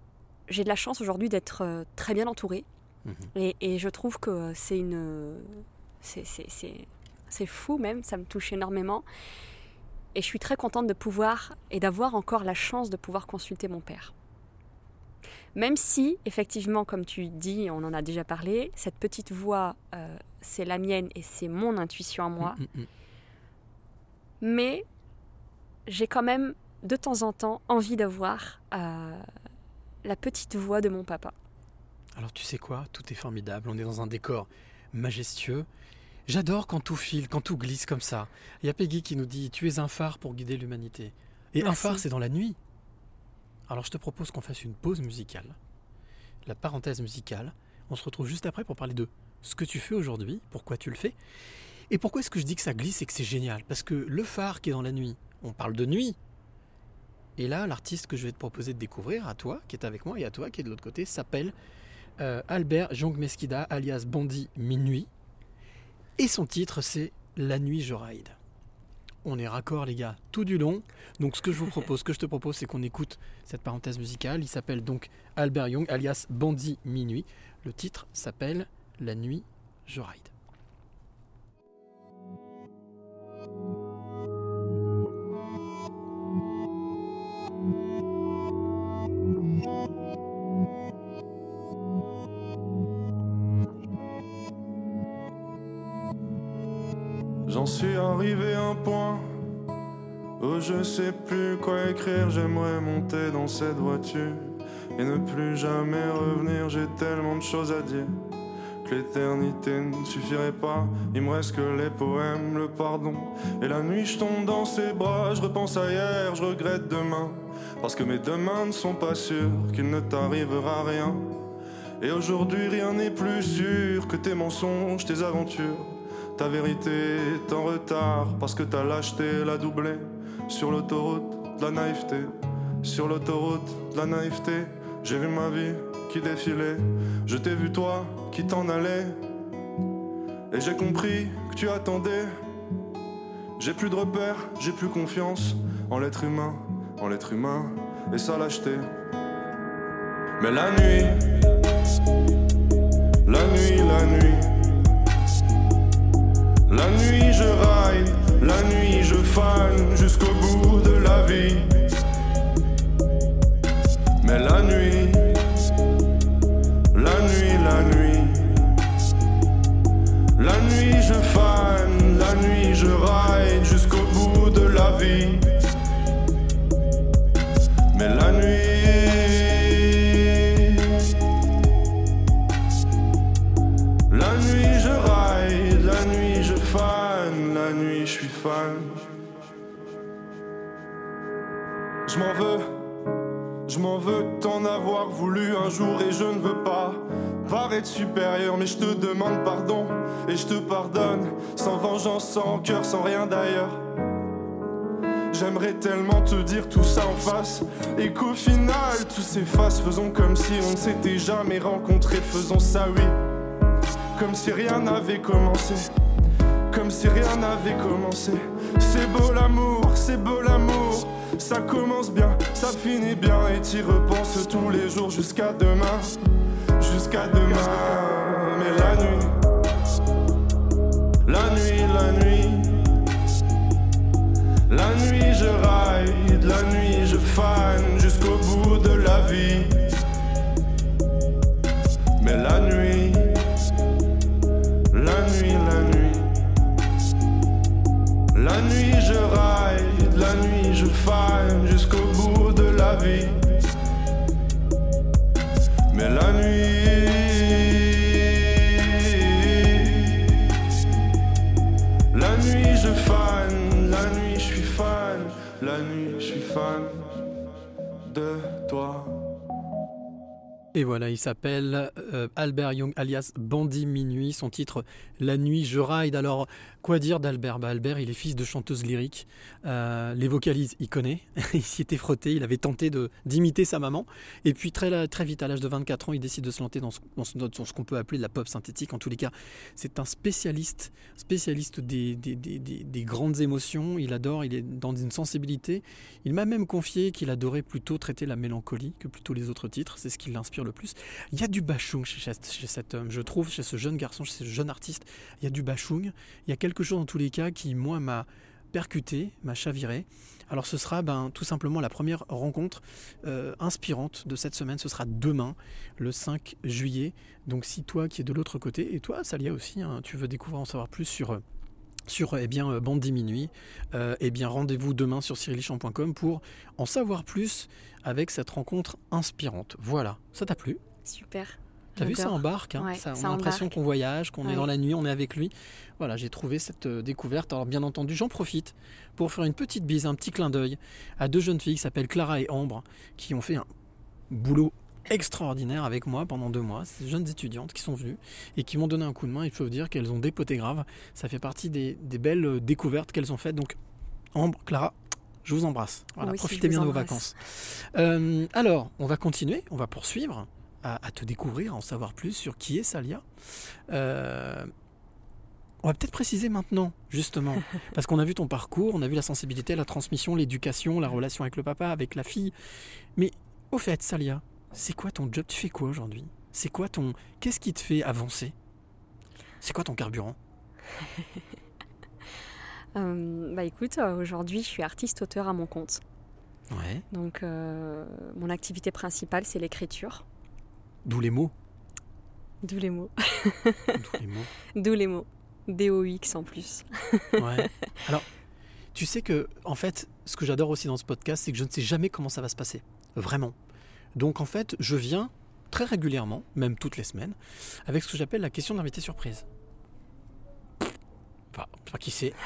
j'ai de la chance aujourd'hui d'être euh, très bien entourée. Mmh. Et, et je trouve que c'est une... C'est, c'est, c'est, c'est fou même, ça me touche énormément. Et je suis très contente de pouvoir et d'avoir encore la chance de pouvoir consulter mon père. Même si, effectivement, comme tu dis, on en a déjà parlé, cette petite voix, euh, c'est la mienne et c'est mon intuition à moi. Mmh, mmh. Mais j'ai quand même, de temps en temps, envie d'avoir euh, la petite voix de mon papa. Alors tu sais quoi, tout est formidable, on est dans un décor majestueux. J'adore quand tout file, quand tout glisse comme ça. Il y a Peggy qui nous dit « Tu es un phare pour guider l'humanité ». Et Merci. Un phare, c'est dans la nuit. Alors je te propose qu'on fasse une pause musicale. La parenthèse musicale. On se retrouve juste après pour parler de ce que tu fais aujourd'hui, pourquoi tu le fais. Et pourquoi est-ce que je dis que ça glisse et que c'est génial ? Parce que le phare qui est dans la nuit, on parle de nuit. Et là, l'artiste que je vais te proposer de découvrir, à toi, qui est avec moi, et à toi, qui est de l'autre côté, s'appelle euh, Albert Jong Mesquida, alias Bandit Minuit. Et son titre, c'est « La nuit, je ride ». On est raccord, les gars, tout du long. Donc, ce que je vous propose, ce que je te propose, c'est qu'on écoute cette parenthèse musicale. Il s'appelle donc Albert Jong, alias Bandit Minuit. Le titre s'appelle « La nuit, je ride ». J'en suis arrivé à un point où je sais plus quoi écrire. J'aimerais monter dans cette voiture et ne plus jamais revenir. J'ai tellement de choses à dire que l'éternité ne suffirait pas. Il me reste que les poèmes, le pardon. Et la nuit je tombe dans ses bras. Je repense à hier, je regrette demain. Parce que mes demain ne sont pas sûrs qu'il ne t'arrivera rien. Et aujourd'hui rien n'est plus sûr que tes mensonges, tes aventures. Ta vérité est en retard parce que ta lâcheté l'a doublé. Sur l'autoroute de la naïveté, sur l'autoroute de la naïveté, j'ai vu ma vie qui défilait. Je t'ai vu toi qui t'en allais. Et j'ai compris que tu attendais. J'ai plus de repères, j'ai plus confiance en l'être humain, en l'être humain et sa lâcheté. Mais la nuit, la nuit, la nuit, la nuit je ride, la nuit je fan jusqu'au bout de la vie. Mais la nuit, la nuit, la nuit, la nuit je fan, la nuit je ride jusqu'au bout de la vie. Mais la nuit, la nuit je ride, la nuit je fan, la nuit je suis fan. Je m'en veux, je m'en veux t'en avoir voulu un jour et je ne veux pas paraître supérieur, mais je te demande pardon et je te pardonne, sans vengeance, sans cœur, sans rien d'ailleurs. J'aimerais tellement te dire tout ça en face et qu'au final tout s'efface. Faisons comme si on ne s'était jamais rencontrés, faisons ça oui, comme si rien n'avait commencé, comme si rien n'avait commencé. C'est beau l'amour, c'est beau l'amour, ça commence bien, ça finit bien et t'y repenses tous les jours jusqu'à demain, jusqu'à demain. Mais la nuit, la nuit, la nuit, la nuit je ride, la nuit je fan jusqu'au bout de la vie. Mais la nuit, la nuit, la nuit, la nuit je ride, la nuit je fan jusqu'au bout de la vie. Mais la nuit, la nuit je fan, la nuit je suis fan, la nuit je suis fan de toi. Et voilà, il s'appelle euh, Albert Jong alias Bandit Minuit, son titre La nuit je ride. Alors Quoi dire d'Albert? Bah, Albert, il est fils de chanteuse lyrique. Euh, les vocalises, il connaît. Il s'y était frotté. Il avait tenté de, d'imiter sa maman. Et puis très, très vite, à l'âge de vingt-quatre ans, il décide de se lancer dans ce, dans ce, dans ce qu'on peut appeler de la pop synthétique. En tous les cas, c'est un spécialiste, spécialiste des, des, des, des, des grandes émotions. Il adore, il est dans une sensibilité. Il m'a même confié qu'il adorait plutôt traiter la mélancolie que plutôt les autres titres. C'est ce qui l'inspire le plus. Il y a du bashung chez, chez cet homme, je trouve, chez ce jeune garçon, chez ce jeune artiste. Il y a du bashung. Il y a quelque chose dans tous les cas qui, moi, m'a percuté, m'a chaviré. Alors ce sera ben, tout simplement la première rencontre euh, inspirante de cette semaine. Ce sera demain, le cinq juillet. Donc si toi qui es de l'autre côté, et toi, Salia aussi, hein, tu veux découvrir, en savoir plus sur... sur eh bien, Bande dix Minuit, euh, eh bien, rendez-vous demain sur cyrilichamp point com pour en savoir plus avec cette rencontre inspirante. Voilà, ça t'a plu? Super. T'as vu, ça embarque, hein, ouais, ça, on ça a l'impression embarque. qu'on voyage, qu'on ouais. est dans la nuit, on est avec lui. Voilà, j'ai trouvé cette euh, découverte. Alors bien entendu, j'en profite pour faire une petite bise, un petit clin d'œil à deux jeunes filles qui s'appellent Clara et Ambre, qui ont fait un boulot extraordinaire avec moi pendant deux mois. Ces jeunes étudiantes qui sont venues et qui m'ont donné un coup de main. Il faut dire qu'elles ont dépoté grave. Ça fait partie des, des belles découvertes qu'elles ont faites. Donc Ambre, Clara, je vous embrasse. Voilà, oui, profitez si, bien de vos embrasse. vacances. Euh, alors, on va continuer, on va poursuivre à, à te découvrir, à en savoir plus sur qui est Salia. Euh, on va peut-être préciser maintenant, justement, parce qu'on a vu ton parcours, on a vu la sensibilité, la transmission, l'éducation, la relation avec le papa, avec la fille. Mais au fait, Salia, c'est quoi ton job? Tu fais quoi aujourd'hui? C'est quoi ton... Qu'est-ce qui te fait avancer? C'est quoi ton carburant? euh, Bah écoute, euh, aujourd'hui je suis artiste-auteur à mon compte. Ouais. Donc euh, mon activité principale c'est l'écriture. D'où les mots. D'où les mots. D'où les mots. D'où les mots. D O X en plus. Ouais. Alors, tu sais que, en fait, ce que j'adore aussi dans ce podcast, c'est que je ne sais jamais comment ça va se passer. Vraiment. Donc, en fait, je viens très régulièrement, même toutes les semaines, avec ce que j'appelle la question d'invité surprise. Enfin, enfin qui sait.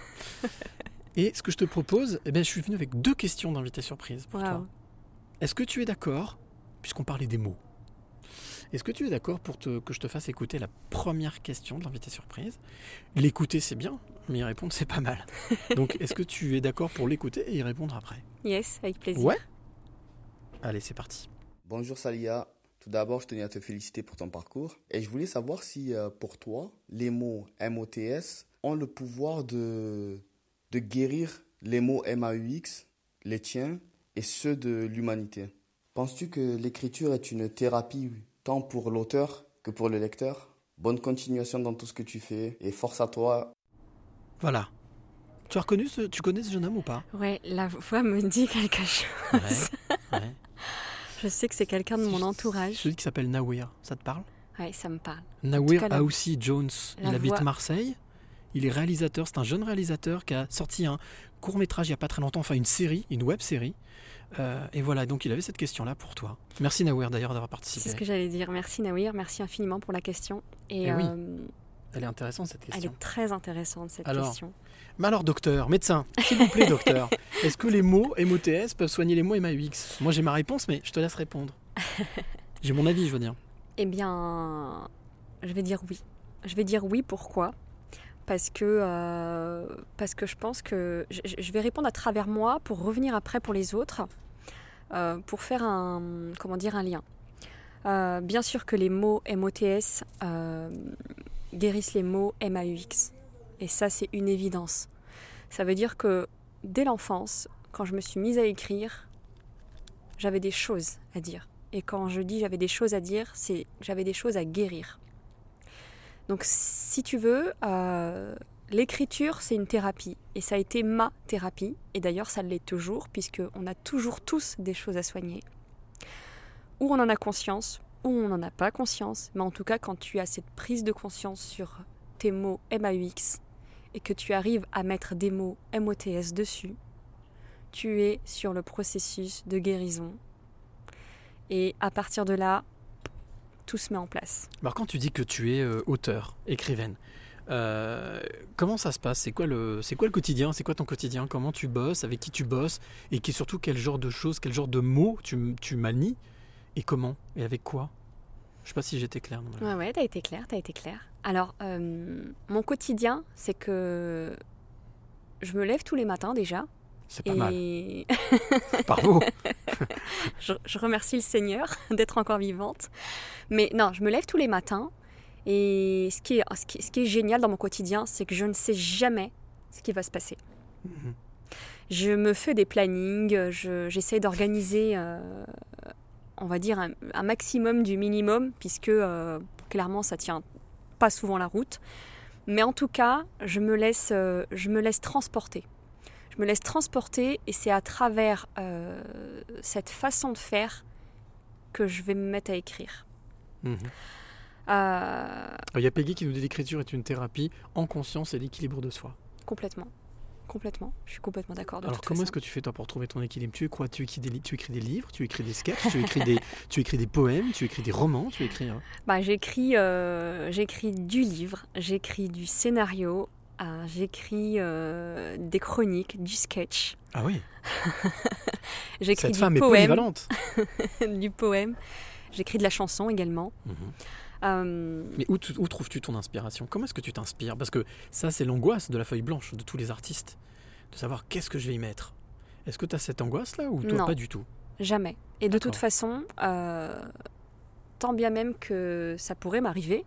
Et ce que je te propose, eh bien, je suis venu avec deux questions d'invité surprise pour Wow. toi. Est-ce que tu es d'accord, puisqu'on parlait des mots, est-ce que tu es d'accord pour te, que je te fasse écouter la première question de l'invité surprise? L'écouter, c'est bien, mais y répondre, c'est pas mal. Donc, est-ce que tu es d'accord pour l'écouter et y répondre après? Yes, avec plaisir. Ouais. Allez, c'est parti. Bonjour Salia. Tout d'abord, je tenais à te féliciter pour ton parcours. Et je voulais savoir si, euh, pour toi, les mots M O T S ont le pouvoir de, de guérir les mots M A U X, les tiens, et ceux de l'humanité. Penses-tu que l'écriture est une thérapie tant pour l'auteur que pour le lecteur? Bonne continuation dans tout ce que tu fais et force à toi. Voilà. Tu as reconnu ce, tu connais ce jeune homme ou pas? Ouais, la voix me dit quelque chose. Ouais. Ouais. Je sais que c'est quelqu'un de mon entourage. Celui qui s'appelle Nawir, ça te parle? Ouais, ça me parle. Nawir cas, la- Aoussi Jones, il la habite voix- Marseille. Il est réalisateur, c'est un jeune réalisateur qui a sorti un court-métrage il n'y a pas très longtemps, enfin une série, une web-série. Euh, et voilà, donc il avait cette question-là pour toi. Merci Nawir d'ailleurs d'avoir participé. C'est ce que j'allais dire. Merci Nawir, merci infiniment pour la question. Et, Eh oui. euh, Elle est intéressante cette elle question. est très intéressante cette Alors, question. Mais alors docteur, médecin, s'il vous plaît docteur, est-ce que les mots M O T S peuvent soigner les mots M A U X? Moi j'ai ma réponse, mais je te laisse répondre. J'ai mon avis, je veux dire. Eh bien, je vais dire oui. Je vais dire oui, pourquoi? Parce que, euh, parce que je pense que je, je vais répondre à travers moi pour revenir après pour les autres, euh, pour faire un, comment dire, un lien. Euh, bien sûr que les mots M O T S euh, guérissent les mots M A U X. Et ça, c'est une évidence. Ça veut dire que dès l'enfance, quand je me suis mise à écrire, j'avais des choses à dire. Et quand je dis j'avais des choses à dire, c'est que j'avais des choses à guérir. Donc si tu veux, euh, l'écriture c'est une thérapie. Et ça a été ma thérapie. Et d'ailleurs ça l'est toujours, puisqu'on a toujours tous des choses à soigner. Ou on en a conscience, ou on n'en a pas conscience. Mais en tout cas, quand tu as cette prise de conscience sur tes mots M A U X et que tu arrives à mettre des mots M O T S dessus, tu es sur le processus de guérison. Et à partir de là, tout se met en place. Alors quand tu dis que tu es euh, auteur, écrivaine, euh, comment ça se passe? C'est quoi le, c'est quoi le quotidien? C'est quoi ton quotidien? Comment tu bosses? Avec qui tu bosses? Et qui, surtout quel genre de choses, quel genre de mots tu, tu manies? Et comment? Et avec quoi? Je sais pas si j'étais clair. Non, ouais, ouais, t'as été clair, t'as été clair. Alors, euh, mon quotidien, c'est que je me lève tous les matins déjà. C'est pas et... mal. Bravo. je, je remercie le Seigneur d'être encore vivante. Mais non, je me lève tous les matins. Et ce qui est, ce qui, ce qui est génial dans mon quotidien, c'est que je ne sais jamais ce qui va se passer. Mm-hmm. Je me fais des plannings, je, j'essaie d'organiser, euh, on va dire, un, un maximum du minimum, puisque euh, clairement, ça tient pas souvent la route. Mais en tout cas, je me laisse, euh, je me laisse transporter. Je me laisse transporter et c'est à travers euh, cette façon de faire que je vais me mettre à écrire. Mmh. Euh... Il y a Peggy qui nous dit l'écriture est une thérapie en conscience et l'équilibre de soi. Complètement. Complètement. Je suis complètement d'accord. De Alors comment façon. est-ce que tu fais toi pour trouver ton équilibre? Tu crois, tu écris des, tu écris des livres, tu écris des sketchs, tu écris des, tu écris des poèmes, tu écris des romans, tu écris. Hein... Bah j'écris, euh, j'écris du livre, j'écris du scénario. Euh, j'écris euh, des chroniques, du sketch. Ah oui. J'écris Cette du femme poème, est polyvalente. du poème. J'écris de la chanson également. Mmh. Euh... Mais où, où trouves-tu ton inspiration? Comment est-ce que tu t'inspires? Parce que ça, c'est l'angoisse de la feuille blanche de tous les artistes, de savoir qu'est-ce que je vais y mettre. Est-ce que tu as cette angoisse-là ou toi non, pas du tout? Jamais. Et de D'accord. toute façon, euh, tant bien même que ça pourrait m'arriver,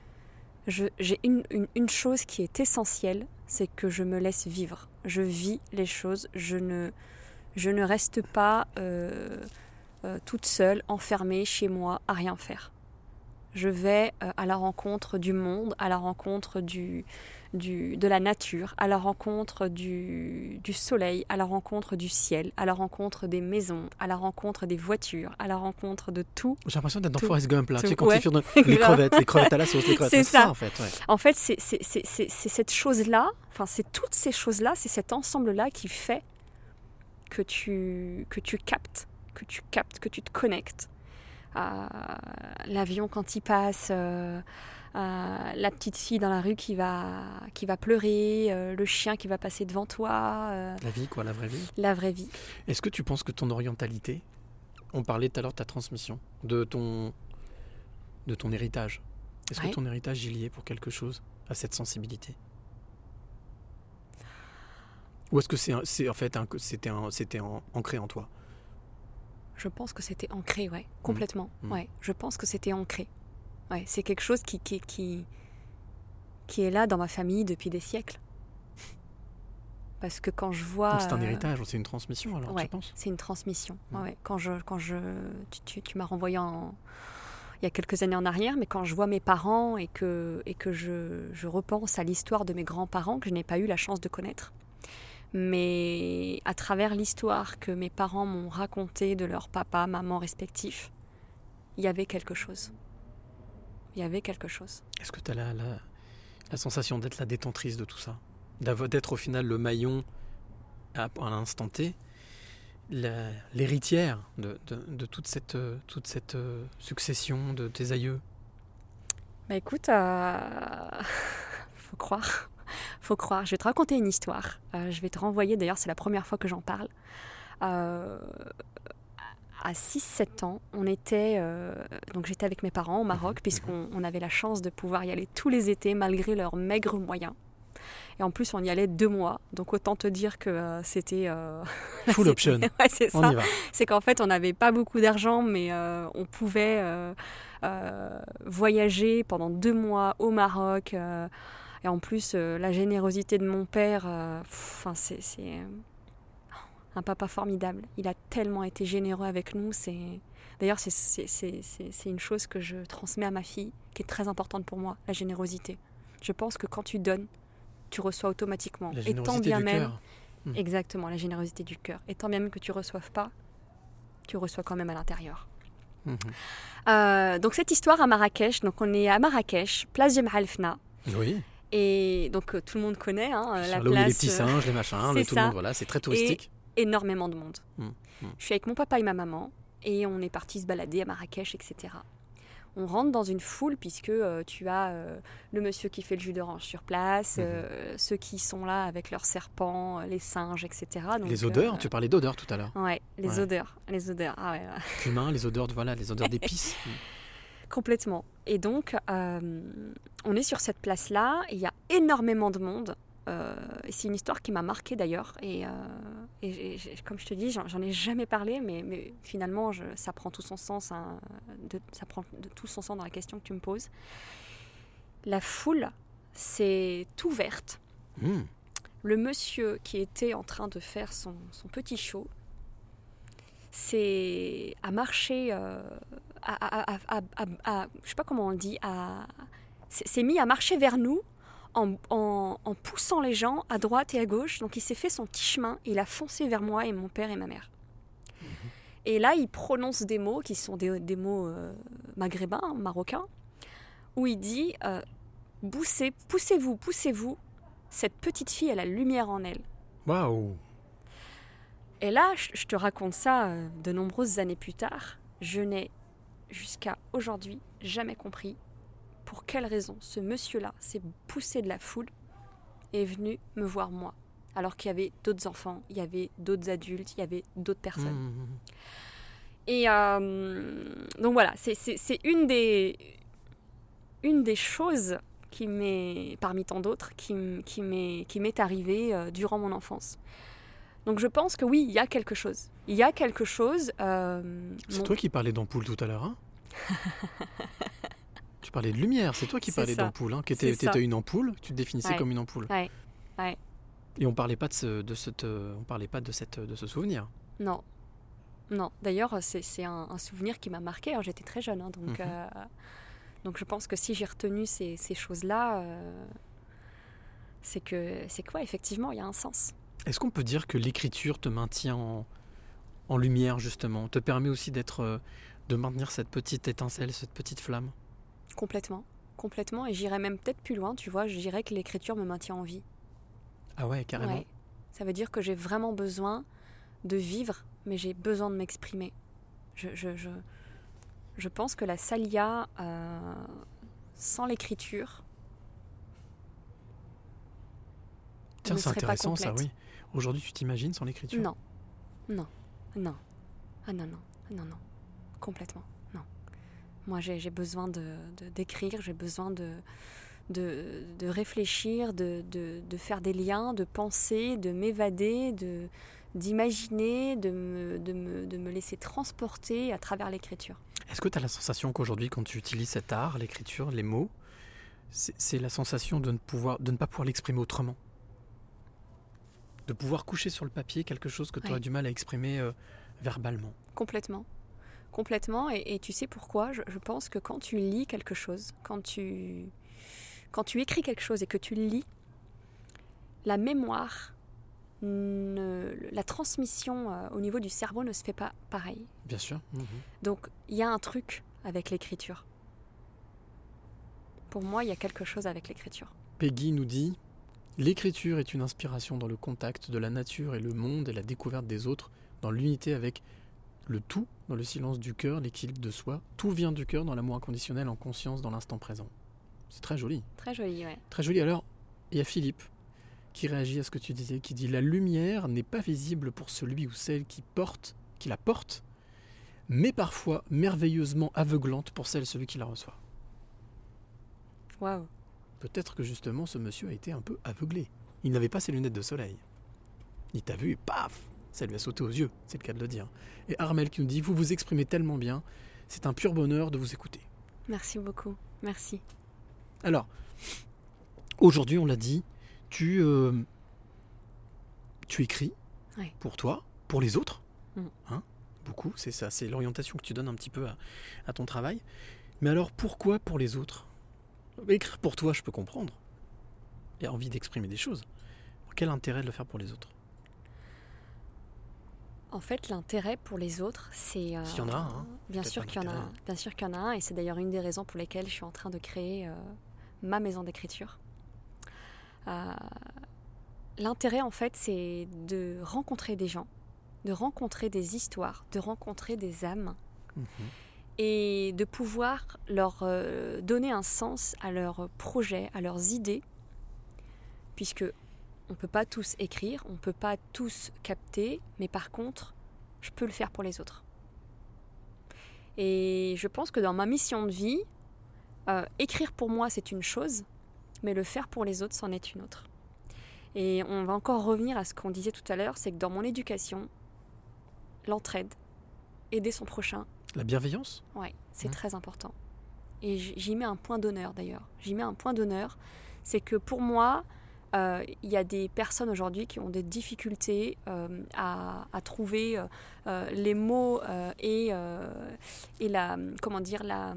Je, j'ai une, une, une chose qui est essentielle, c'est que je me laisse vivre. Je vis les choses, je ne, je ne reste pas euh, euh, toute seule, enfermée chez moi, à rien faire. Je vais euh, à la rencontre du monde, à la rencontre du, du, de la nature, à la rencontre du, du soleil, à la rencontre du ciel, à la rencontre des maisons, à la rencontre des voitures, à la rencontre de tout. J'ai l'impression d'être dans tout, Forrest Gump, là. tout, Tu sais, quand ouais. ils font les crevettes, les crevettes à la sauce, les crevettes. C'est, c'est ça. ça, en fait. Ouais. En fait, c'est, c'est, c'est, c'est, c'est cette chose-là, enfin, c'est toutes ces choses-là, c'est cet ensemble-là qui fait que tu, que tu captes, que tu captes, que tu te connectes. Euh, l'avion quand il passe, euh, euh, la petite fille dans la rue qui va, qui va pleurer, euh, le chien qui va passer devant toi. Euh, la vie, quoi, la vraie vie. La vraie vie. Est-ce que tu penses que ton orientalité, on parlait tout à l'heure de ta transmission, de ton, de ton héritage, est-ce ouais. que ton héritage il y est pour quelque chose, à cette sensibilité? Ou est-ce que c'est, c'est en fait un, c'était, un, c'était un, ancré en toi? Je pense que c'était ancré, ouais, complètement. Mmh. Ouais, je pense que c'était ancré. Ouais, c'est quelque chose qui, qui, qui, qui est là dans ma famille depuis des siècles. Parce que quand je vois... Donc c'est un héritage, c'est une transmission alors, ouais, tu penses? C'est une transmission. Mmh. Ouais, quand je, quand je, tu, tu, tu m'as renvoyé en, il y a quelques années en arrière, mais quand je vois mes parents et que, et que je, je repense à l'histoire de mes grands-parents que je n'ai pas eu la chance de connaître, mais à travers l'histoire que mes parents m'ont racontée de leur papa, maman respectifs, il y avait quelque chose. Il y avait quelque chose. Est-ce que tu as la, la, la sensation d'être la détentrice de tout ça, d'être au final le maillon à, à l'instant T, la, l'héritière de, de, de toute cette, toute cette euh, succession de tes aïeux? Bah écoute, euh... faut croire. Faut croire. Je vais te raconter une histoire. Euh, je vais te renvoyer, d'ailleurs, c'est la première fois que j'en parle. Euh, à six sept ans, on était, euh, donc j'étais avec mes parents au Maroc, puisqu'on on avait la chance de pouvoir y aller tous les étés, malgré leurs maigres moyens. Et en plus, on y allait deux mois. Donc, autant te dire que euh, c'était... Euh, full c'était, option. Ouais, c'est on ça. Y va. C'est qu'en fait, on n'avait pas beaucoup d'argent, mais euh, on pouvait euh, euh, voyager pendant deux mois au Maroc. Euh, et en plus, euh, la générosité de mon père, euh, pff, c'est, c'est un papa formidable. Il a tellement été généreux avec nous. C'est... D'ailleurs, c'est, c'est, c'est, c'est, c'est une chose que je transmets à ma fille, qui est très importante pour moi, la générosité. Je pense que quand tu donnes, tu reçois automatiquement. La et tant générosité bien du même, cœur. Mmh. Exactement, la générosité du cœur. Et tant bien même que tu ne reçoives pas, tu reçois quand même à l'intérieur. Mmh. Euh, donc cette histoire à Marrakech, donc on est à Marrakech, place Jemaa El Fna. Oui. Et donc euh, tout le monde connaît hein, la là place. Où il y a les petits singes, les machins, le, tout le monde, voilà, c'est très touristique. Et énormément de monde. Mmh. Mmh. Je suis avec mon papa et ma maman et on est parti se balader à Marrakech, et cetera. On rentre dans une foule puisque euh, tu as euh, le monsieur qui fait le jus d'orange sur place, mmh. euh, ceux qui sont là avec leurs serpents, les singes, et cetera. Donc, les odeurs, euh, tu parlais d'odeurs tout à l'heure. Ouais, les ouais. odeurs, les odeurs. Ah ouais, ouais. Cumin, les odeurs, de, voilà, les odeurs d'épices. Complètement. Et donc, euh, on est sur cette place-là, et il y a énormément de monde. Euh, et c'est une histoire qui m'a marquée d'ailleurs. Et, euh, et, et comme je te dis, j'en, j'en ai jamais parlé, mais, mais finalement, je, ça prend tout son sens. Hein, de, ça prend de, tout son sens dans la question que tu me poses. La foule s'est ouverte. Mmh. Le monsieur qui était en train de faire son, son petit show c'est à marcher, euh, à, à, à, à, à, je sais pas comment on dit, à, s'est mis à marcher vers nous en, en, en poussant les gens à droite et à gauche. Donc il s'est fait son petit chemin, il a foncé vers moi et mon père et ma mère. Mmh. Et là, il prononce des mots qui sont des, des mots euh, maghrébins, marocains, où il dit euh, « Poussez, poussez-vous, poussez-vous, cette petite fille a la lumière en elle. » Waouh. Et là, je te raconte ça de nombreuses années plus tard. Je n'ai jusqu'à aujourd'hui jamais compris pour quelle raison ce monsieur-là s'est poussé de la foule et est venu me voir moi. Alors qu'il y avait d'autres enfants, il y avait d'autres adultes, il y avait d'autres personnes. Mmh. Et euh, donc voilà, c'est, c'est, c'est une, des, une des choses qui m'est, parmi tant d'autres, qui, qui, m'est, qui m'est arrivée euh, durant mon enfance. Donc je pense que oui, il y a quelque chose. Il y a quelque chose... Euh, c'est mon... toi qui parlais d'ampoule tout à l'heure, hein. Tu parlais de lumière, c'est toi qui parlais c'est d'ampoule, hein. Tu étais une ampoule, tu te définissais ouais. comme une ampoule. Ouais. Ouais. Et on parlait pas de ce, de cette, on parlait pas de cette, de ce souvenir. Non, non. D'ailleurs, c'est, c'est un, un souvenir qui m'a marqué. Alors, j'étais très jeune, hein, donc, mm-hmm. euh, donc je pense que si j'ai retenu ces, ces choses-là, euh, c'est que, c'est quoi, effectivement, il y a un sens. Est-ce qu'on peut dire que l'écriture te maintient en, en lumière, justement, te permet aussi d'être, euh, de maintenir cette petite étincelle, cette petite flamme? Complètement, complètement. Et j'irais même peut-être plus loin, tu vois. Je dirais que l'écriture me maintient en vie. Ah ouais, carrément. Ouais. Ça veut dire que j'ai vraiment besoin de vivre, mais j'ai besoin de m'exprimer. Je, je, je, je pense que la Salia, euh, sans l'écriture, Tiens, c'est intéressant ça, oui. Aujourd'hui, tu t'imagines sans l'écriture? Non, non, non. Ah non, non, non, non. Complètement, non. Moi, j'ai, j'ai besoin de, de, d'écrire, j'ai besoin de, de, de réfléchir, de, de, de faire des liens, de penser, de m'évader, de, d'imaginer, de me, de, me, de me laisser transporter à travers l'écriture. Est-ce que tu as la sensation qu'aujourd'hui, quand tu utilises cet art, l'écriture, les mots, c'est, c'est la sensation de ne, pouvoir, de ne pas pouvoir l'exprimer autrement? De pouvoir coucher sur le papier quelque chose que tu ouais. as du mal à exprimer euh, verbalement. Complètement. Complètement. Et, et tu sais pourquoi? je, je pense que quand tu lis quelque chose, quand tu, quand tu écris quelque chose et que tu le lis, la mémoire, ne, la transmission euh, au niveau du cerveau ne se fait pas pareil. Bien sûr. Mmh. Donc, il y a un truc avec l'écriture. Pour moi, il y a quelque chose avec l'écriture. Peggy nous dit... L'écriture est une inspiration dans le contact de la nature et le monde et la découverte des autres, dans l'unité avec le tout, dans le silence du cœur, l'équilibre de soi. Tout vient du cœur dans l'amour inconditionnel, en conscience, dans l'instant présent. C'est très joli. Très joli, ouais. Très joli. Alors, il y a Philippe qui réagit à ce que tu disais, qui dit « La lumière n'est pas visible pour celui ou celle qui porte, qui la porte, mais parfois merveilleusement aveuglante pour celle celui qui la reçoit. » Waouh. Peut-être que justement ce monsieur a été un peu aveuglé. Il n'avait pas ses lunettes de soleil. Il t'a vu et paf, ça lui a sauté aux yeux, c'est le cas de le dire. Et Armel qui nous dit, vous vous exprimez tellement bien, c'est un pur bonheur de vous écouter. Merci beaucoup, merci. Alors, aujourd'hui on l'a dit, tu, euh, tu écris ouais. pour toi, pour les autres, mmh. hein, beaucoup, c'est ça, c'est l'orientation que tu donnes un petit peu à, à ton travail. Mais alors pourquoi pour les autres? Écrire pour toi, je peux comprendre. Il y a envie d'exprimer des choses. Quel intérêt de le faire pour les autres? En fait, l'intérêt pour les autres, c'est... Euh, S'il y en a un, hein, bien sûr qu'il y en a un. Bien sûr qu'il y en a un, et c'est d'ailleurs une des raisons pour lesquelles je suis en train de créer euh, ma maison d'écriture. Euh, l'intérêt, en fait, c'est de rencontrer des gens, de rencontrer des histoires, de rencontrer des âmes, mmh. et de pouvoir leur euh, donner un sens à leurs projets, à leurs idées, puisque on ne peut pas tous écrire, on ne peut pas tous capter, mais par contre, je peux le faire pour les autres. Et je pense que dans ma mission de vie, euh, écrire pour moi, c'est une chose, mais le faire pour les autres, c'en est une autre. Et on va encore revenir à ce qu'on disait tout à l'heure, c'est que dans mon éducation, l'entraide, aider son prochain. La bienveillance ? Ouais, c'est Mmh. très important. Et j'y mets un point d'honneur d'ailleurs. J'y mets un point d'honneur, c'est que pour moi, euh, il y a des personnes aujourd'hui qui ont des difficultés euh, à, à trouver euh, les mots euh, et, euh, et la, comment dire, la,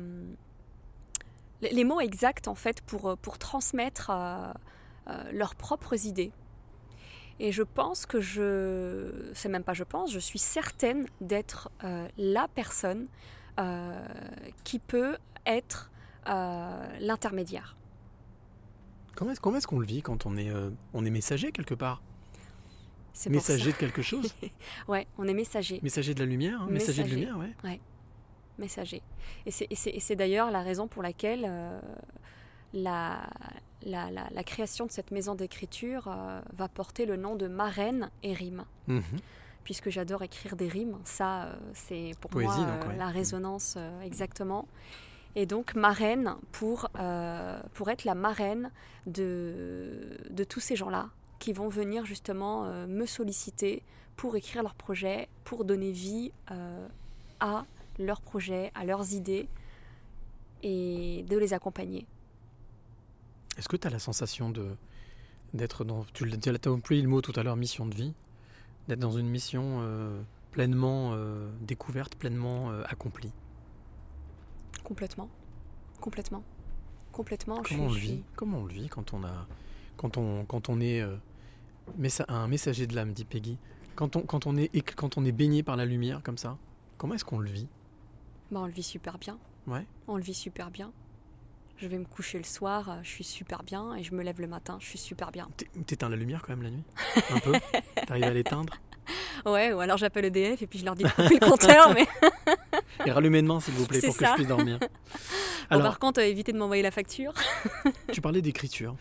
les mots exacts en fait pour, pour transmettre euh, euh, leurs propres idées. Et je pense que je, c'est même pas je pense, je suis certaine d'être euh, la personne euh, qui peut être euh, l'intermédiaire. Comment est-ce, comment est-ce qu'on le vit quand on est, euh, on est messager quelque part ? C'est Messager pour de quelque chose ? Ouais, on est messager. Messager de la lumière, hein, messager. messager de lumière, ouais. Ouais, messager. Et c'est, et c'est, et c'est d'ailleurs la raison pour laquelle euh, la, la, la, la création de cette maison d'écriture euh, va porter le nom de Marraine et Rime. Mmh. Puisque j'adore écrire des rimes, ça euh, c'est pour Poésie, moi euh, donc, ouais. la résonance euh, exactement. Et donc marraine pour, euh, pour être la marraine de, de tous ces gens-là qui vont venir justement euh, me solliciter pour écrire leurs projets, pour donner vie euh, à leurs projets, à leurs idées et de les accompagner. Est-ce que tu as la sensation de, d'être dans, tu as employé le mot tout à l'heure, mission de vie, d'être dans une mission euh, pleinement euh, découverte, pleinement euh, accomplie ? Complètement, complètement, complètement. Comment je on le suis... vit ? Comment on le vit quand on a, quand on, quand on est euh, messa- un messager de l'âme, dit Peggy. Quand on, quand on est, quand on est baigné par la lumière comme ça, comment est-ce qu'on le vit ? Bah, on le vit super bien. Ouais. On le vit super bien. Je vais me coucher le soir, je suis super bien, et je me lève le matin, je suis super bien. T'éteins la lumière quand même la nuit ? Un peu ? T'arrives à l'éteindre ? Ouais, ou alors j'appelle E D F et puis je leur dis de couper le compteur, mais... Et rallumez une main, s'il vous plaît, C'est pour ça. que je puisse dormir. Bon, Alors, par contre, euh, évitez de m'envoyer la facture. tu parlais d'écriture.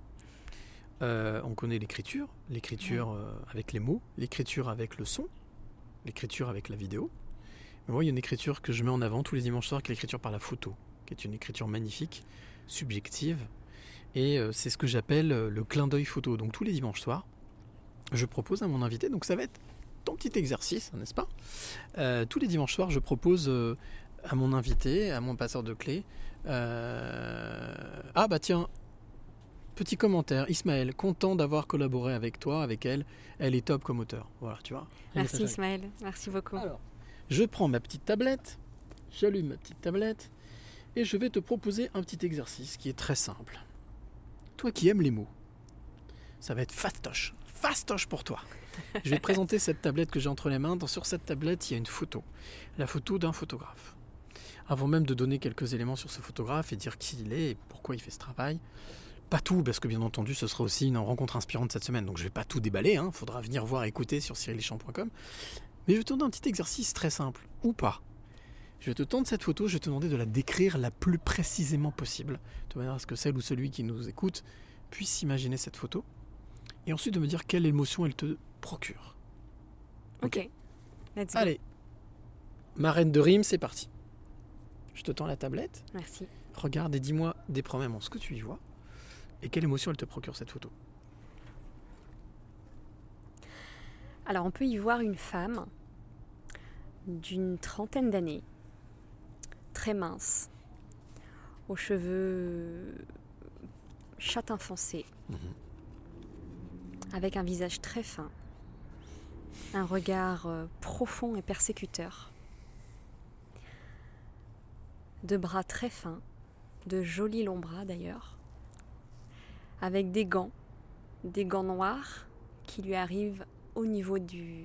Euh, on connaît l'écriture, l'écriture euh, avec les mots, l'écriture avec le son, l'écriture avec la vidéo. Mais moi, il y a une écriture que je mets en avant tous les dimanches soirs, qui est l'écriture par la photo, qui est une écriture magnifique, subjective. Et euh, c'est ce que j'appelle euh, le clin d'œil photo. Donc tous les dimanches soirs, je propose à mon invité, donc ça va être ton petit exercice, n'est-ce pas ? euh, Tous les dimanches soirs, je propose euh, à mon invité, à mon passeur de clés, euh... ah bah tiens, petit commentaire, Ismaël, content d'avoir collaboré avec toi, avec elle, elle est top comme auteur. Voilà, tu vois. Merci Ismaël, merci beaucoup. Alors, je prends ma petite tablette, j'allume ma petite tablette, et je vais te proposer un petit exercice qui est très simple. Toi qui aimes les mots, ça va être fastoche, fastoche pour toi. Je vais te présenter cette tablette que j'ai entre les mains. Sur cette tablette, il y a une photo. La photo d'un photographe. Avant même de donner quelques éléments sur ce photographe et dire qui il est et pourquoi il fait ce travail, pas tout, parce que bien entendu, ce sera aussi une rencontre inspirante cette semaine. Donc je ne vais pas tout déballer, hein. Faudra venir voir, écouter sur cyril lichamp point com. Mais je vais te donner un petit exercice très simple, ou pas. Je vais te tendre cette photo, je vais te demander de la décrire la plus précisément possible, de manière à ce que celle ou celui qui nous écoute puisse imaginer cette photo. Et ensuite de me dire quelle émotion elle te procure. Ok. Ok. Let's go. Allez. Marraine de rime, c'est parti. Je te tends la tablette. Merci. Regarde et dis-moi des premièrement ce que tu y vois. Et quelle émotion elle te procure cette photo. Alors on peut y voir une femme d'une trentaine d'années, très mince, aux cheveux châtain foncé, mmh. avec un visage très fin, un regard euh, profond et persécuteur, de bras très fins, de jolis longs bras d'ailleurs, avec des gants, des gants noirs qui lui arrivent au niveau du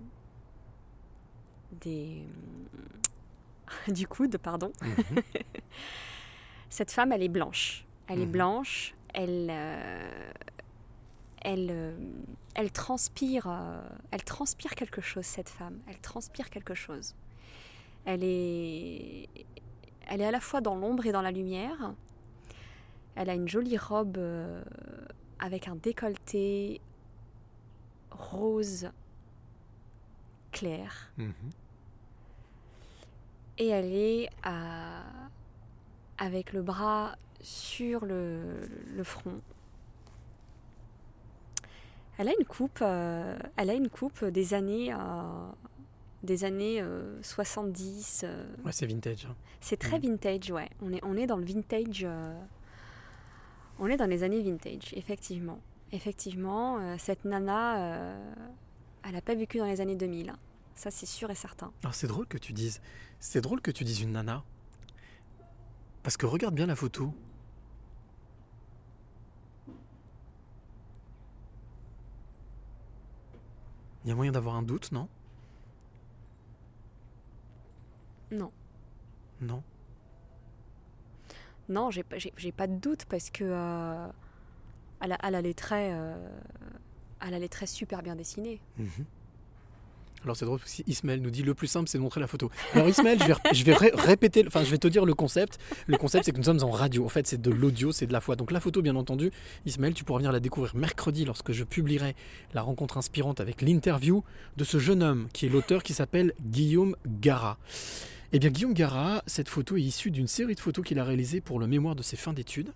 des du coude, pardon. Mmh. Cette femme, elle est blanche. Elle mmh. est blanche. Elle euh, elle euh, elle transpire. Euh, elle transpire quelque chose. Cette femme. Elle transpire quelque chose. Elle est elle est à la fois dans l'ombre et dans la lumière. Elle a une jolie robe euh, avec un décolleté rose clair. Mmh. et elle est à... avec le bras sur le, le front. Elle a une coupe, euh, elle a une coupe des années, euh, des années euh, soixante-dix. Euh, Ouais, c'est vintage. Hein. C'est très Mm. vintage, ouais. On est, on est dans le vintage. euh, on est dans les années vintage, effectivement. Effectivement, euh, cette nana, euh, elle n'a pas vécu dans les années deux mille. Hein. Ça, c'est sûr et certain. Alors c'est drôle que tu dises, c'est drôle que tu dises une nana, parce que regarde bien la photo. Il y a moyen d'avoir un doute, non? Non. Non. Non, j'ai, pas- j'ai, j'ai pas de doute parce que euh, elle, a, elle a les traits, euh, elle a les traits super bien dessinés. Mhm. Alors c'est drôle parce que Ismaël nous dit le plus simple c'est de montrer la photo. Alors Ismaël, je vais, ré- je vais ré- répéter, enfin je vais te dire le concept. Le concept c'est que nous sommes en radio. En fait c'est de l'audio, c'est de la voix. Donc la photo bien entendu, Ismaël tu pourras venir la découvrir mercredi lorsque je publierai la rencontre inspirante avec l'interview de ce jeune homme qui est l'auteur qui s'appelle Guillaume Garat. Eh bien Guillaume Garat, cette photo est issue d'une série de photos qu'il a réalisées pour le mémoire de ses fins d'études.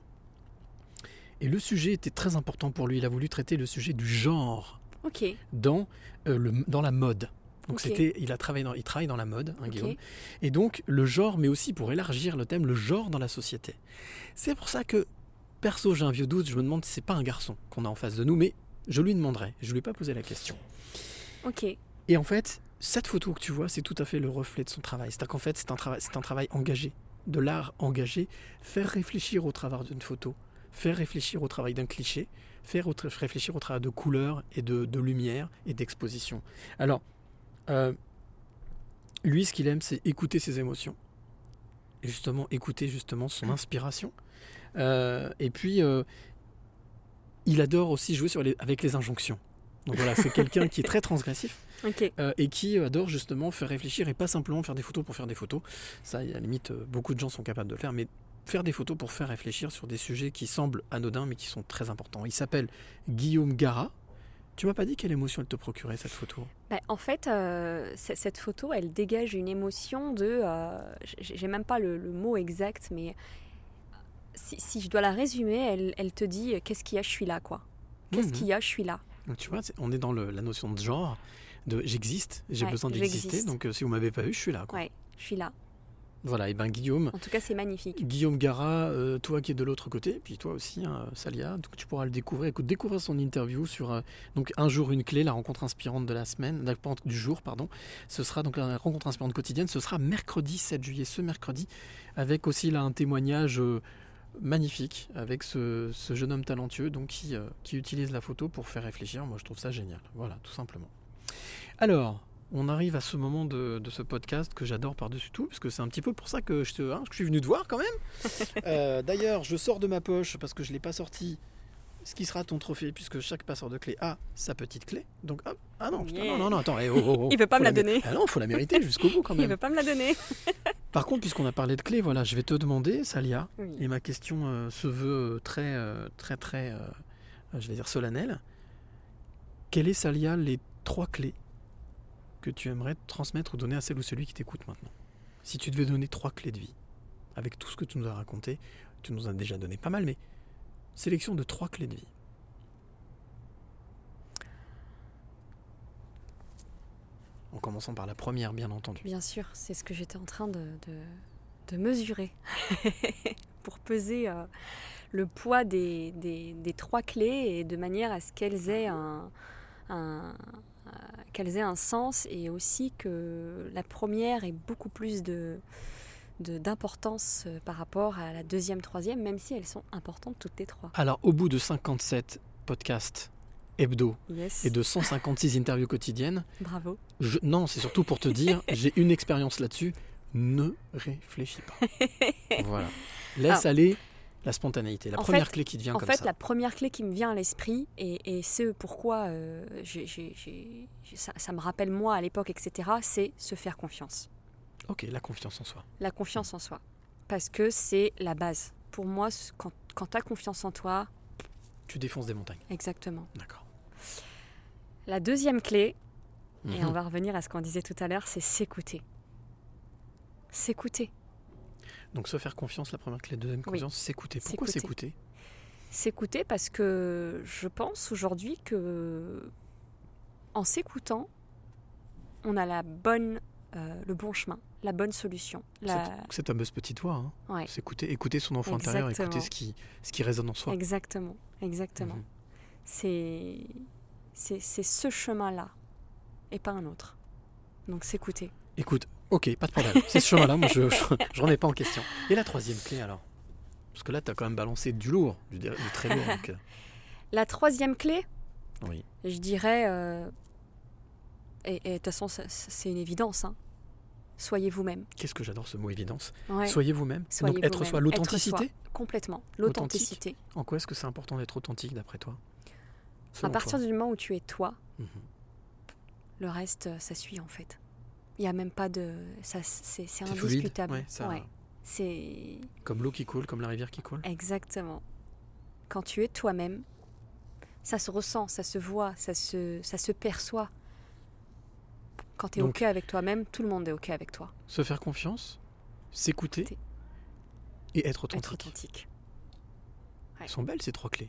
Et le sujet était très important pour lui. Il a voulu traiter le sujet du genre Ok. dans, euh, le, dans la mode. Donc Ok. c'était, il, a travaillé dans, il travaille dans la mode, hein, Ok. Guillaume. Et donc le genre, mais aussi pour élargir le thème, le genre dans la société. C'est pour ça que, perso, j'ai un vieux doute, je me demande si c'est pas un garçon qu'on a en face de nous, mais je lui demanderai, je lui ai pas posé la question. Ok. Et en fait, cette photo que tu vois, c'est tout à fait le reflet de son travail. C'est-à-dire qu'en fait, c'est un travail, c'est un travail engagé, de l'art engagé, faire réfléchir au travers d'une photo, faire réfléchir au travail d'un cliché, faire au tra- réfléchir au travail de couleurs et de, de lumière et d'exposition. Alors, euh, lui, ce qu'il aime, c'est écouter ses émotions. Et justement, écouter justement son inspiration. Euh, et puis, euh, il adore aussi jouer sur les, avec les injonctions. Donc voilà, c'est quelqu'un qui est très transgressif. Ok. Euh, et qui adore justement faire réfléchir et pas simplement faire des photos pour faire des photos. Ça, à la limite, euh, beaucoup de gens sont capables de le faire, mais faire des photos pour faire réfléchir sur des sujets qui semblent anodins mais qui sont très importants. Il s'appelle Guillaume Garat. Tu m'as pas dit quelle émotion elle te procurait cette photo? Bah, en fait, euh, c- cette photo, elle dégage une émotion de... euh, j'ai j'ai même pas le, le mot exact, mais si, si je dois la résumer, elle, elle te dit euh, qu'est-ce qu'il y a, je suis là, quoi. Qu'est-ce Mhm. qu'il y a, je suis là. Donc, tu vois, c'est- on est dans le- la notion de genre, de j'existe, j'ai Ouais, besoin d'exister, j'existe. donc euh, si vous m'avez pas eu, je suis là. Quoi. Ouais, je suis là. Voilà, et ben Guillaume, En tout cas, c'est magnifique. Guillaume Garat, euh, toi qui es de l'autre côté, puis toi aussi, hein, Salia, donc tu pourras le découvrir. Écoute, découvrir son interview sur euh, donc un jour une clé, la rencontre inspirante de la semaine, de la- du jour, pardon. Ce sera donc la rencontre inspirante quotidienne. Ce sera mercredi sept juillet, ce mercredi, avec aussi là un témoignage euh, magnifique avec ce, ce jeune homme talentueux, donc qui euh, qui utilise la photo pour faire réfléchir. Moi, je trouve ça génial. Voilà, tout simplement. Alors. On arrive à ce moment de, de ce podcast que j'adore par-dessus tout, parce que c'est un petit peu pour ça que je, te, hein, que je suis venu te voir quand même. Euh, D'ailleurs, je sors de ma poche, parce que je ne l'ai pas sorti, ce qui sera ton trophée, puisque chaque passeur de clé a sa petite clé. Donc, hop, ah non, putain, non, non, non, attends, eh, oh, oh, oh, Il veut pas faut me la mé- donner. Ah non, il faut la mériter jusqu'au bout quand Il même. veut pas me la donner. Par contre, puisqu'on a parlé de clés, voilà, je vais te demander, Salia, Oui. et ma question euh, se veut très, euh, très, très, euh, je vais dire solennelle. Quelle est, Salia, les trois clés que tu aimerais transmettre ou donner à celle ou celui qui t'écoute maintenant? Si tu devais donner trois clés de vie, avec tout ce que tu nous as raconté, tu nous as déjà donné pas mal, mais sélection de trois clés de vie. En commençant par la première, bien entendu. Bien sûr, c'est ce que j'étais en train de, de, de mesurer pour peser euh, le poids des, des, des trois clés et de manière à ce qu'elles aient un, un, euh, qu'elles aient un sens et aussi que la première ait beaucoup plus de, de, d'importance euh, par rapport à la deuxième, troisième, même si elles sont importantes toutes les trois. Alors, au bout de cinquante-sept podcasts hebdo Yes. et de cent cinquante-six interviews quotidiennes, Bravo. je, non, c'est surtout pour te dire, j'ai une expérience là-dessus, ne réfléchis pas. Voilà. Laisse Alors, aller la spontanéité, la en première fait- clé qui te vient En comme fait, ça. la première clé qui me vient à l'esprit, et, et ce pourquoi euh, j'ai, j'ai, j'ai- ça, ça me rappelle moi à l'époque, et cetera, c'est se faire confiance. Ok, la confiance en soi. La confiance en soi. Parce que c'est la base. Pour moi, ce- quand, quand tu as confiance en toi, Tu défonces des montagnes. exactement. D'accord. La deuxième clé, et Mhm. on va revenir à ce qu'on disait tout à l'heure, c'est s'écouter. S'écouter. Donc se faire confiance, la première clé, deuxième confiance, Oui. s'écouter. Pourquoi S'écouter. s'écouter? S'écouter parce que je pense aujourd'hui que en s'écoutant, on a la bonne, euh, le bon chemin, la bonne solution. La... Cette, cette fameuse petite voix, hein. Ouais. S'écouter, écouter son enfant Exactement. intérieur, écouter ce qui, ce qui résonne en soi. Exactement, exactement. Mhm. C'est, c'est, c'est ce chemin-là et pas un autre. Donc s'écouter. Écoute, ok, pas de problème. C'est ce chemin-là, moi je ne remets pas en question. Et la troisième clé alors? Parce que là, tu as quand même balancé du lourd, du, du très lourd. Donc, euh, La troisième clé, oui. je dirais, euh, et et de toute façon, ça- ça- c'est une évidence, hein. Soyez vous-même. Qu'est-ce que j'adore ce mot évidence. Ouais. Soyez vous-même. Soyez Donc être vous-même. soi, Être l'authenticité. soi. Complètement. L'authenticité. En quoi est-ce que c'est important d'être authentique d'après toi? À Selon partir toi. du moment où tu es toi, Mhm. le reste, euh, ça suit en fait. Il n'y a même pas de... Ça, c'est, c'est C'est fluide, indiscutable. ouais, ça- C'est... Comme l'eau qui coule, comme la rivière qui coule. Exactement. Quand tu es toi-même, ça se ressent, ça se voit, ça se, ça se perçoit. Quand tu es Donc- OK avec toi-même, tout le monde est OK avec toi. Se faire confiance, s'écouter Écouter. et être Être authentique. authentique. Elles sont belles ces trois clés.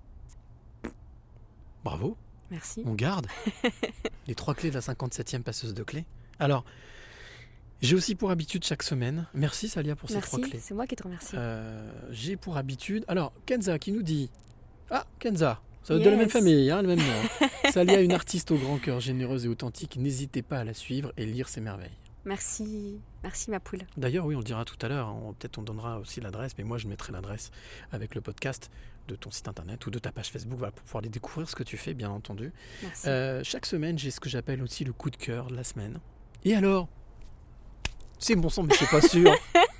Bravo, Merci. on garde les trois clés de la cinquante-septième passeuse de clés. Alors, j'ai aussi pour habitude chaque semaine, merci Salia pour ces trois Merci, clés. c'est moi qui te remercie. Euh, j'ai pour habitude, alors Kenza qui nous dit, ah Kenza, ça va être de la même Yes. famille, hein, le même nom. hein. Salia, une artiste au grand cœur, généreuse et authentique, n'hésitez pas à la suivre et lire ses merveilles. Merci, merci ma poule. D'ailleurs, oui, on le dira tout à l'heure, hein, on- peut-être on donnera aussi l'adresse, mais moi je mettrai l'adresse avec le podcast de ton site internet ou de ta page Facebook, voilà, pour pouvoir aller découvrir ce que tu fais, bien entendu. Merci. Euh, chaque semaine, j'ai ce que j'appelle aussi le coup de cœur de la semaine. Et alors, c'est bon sang, mais c'est pas sûr.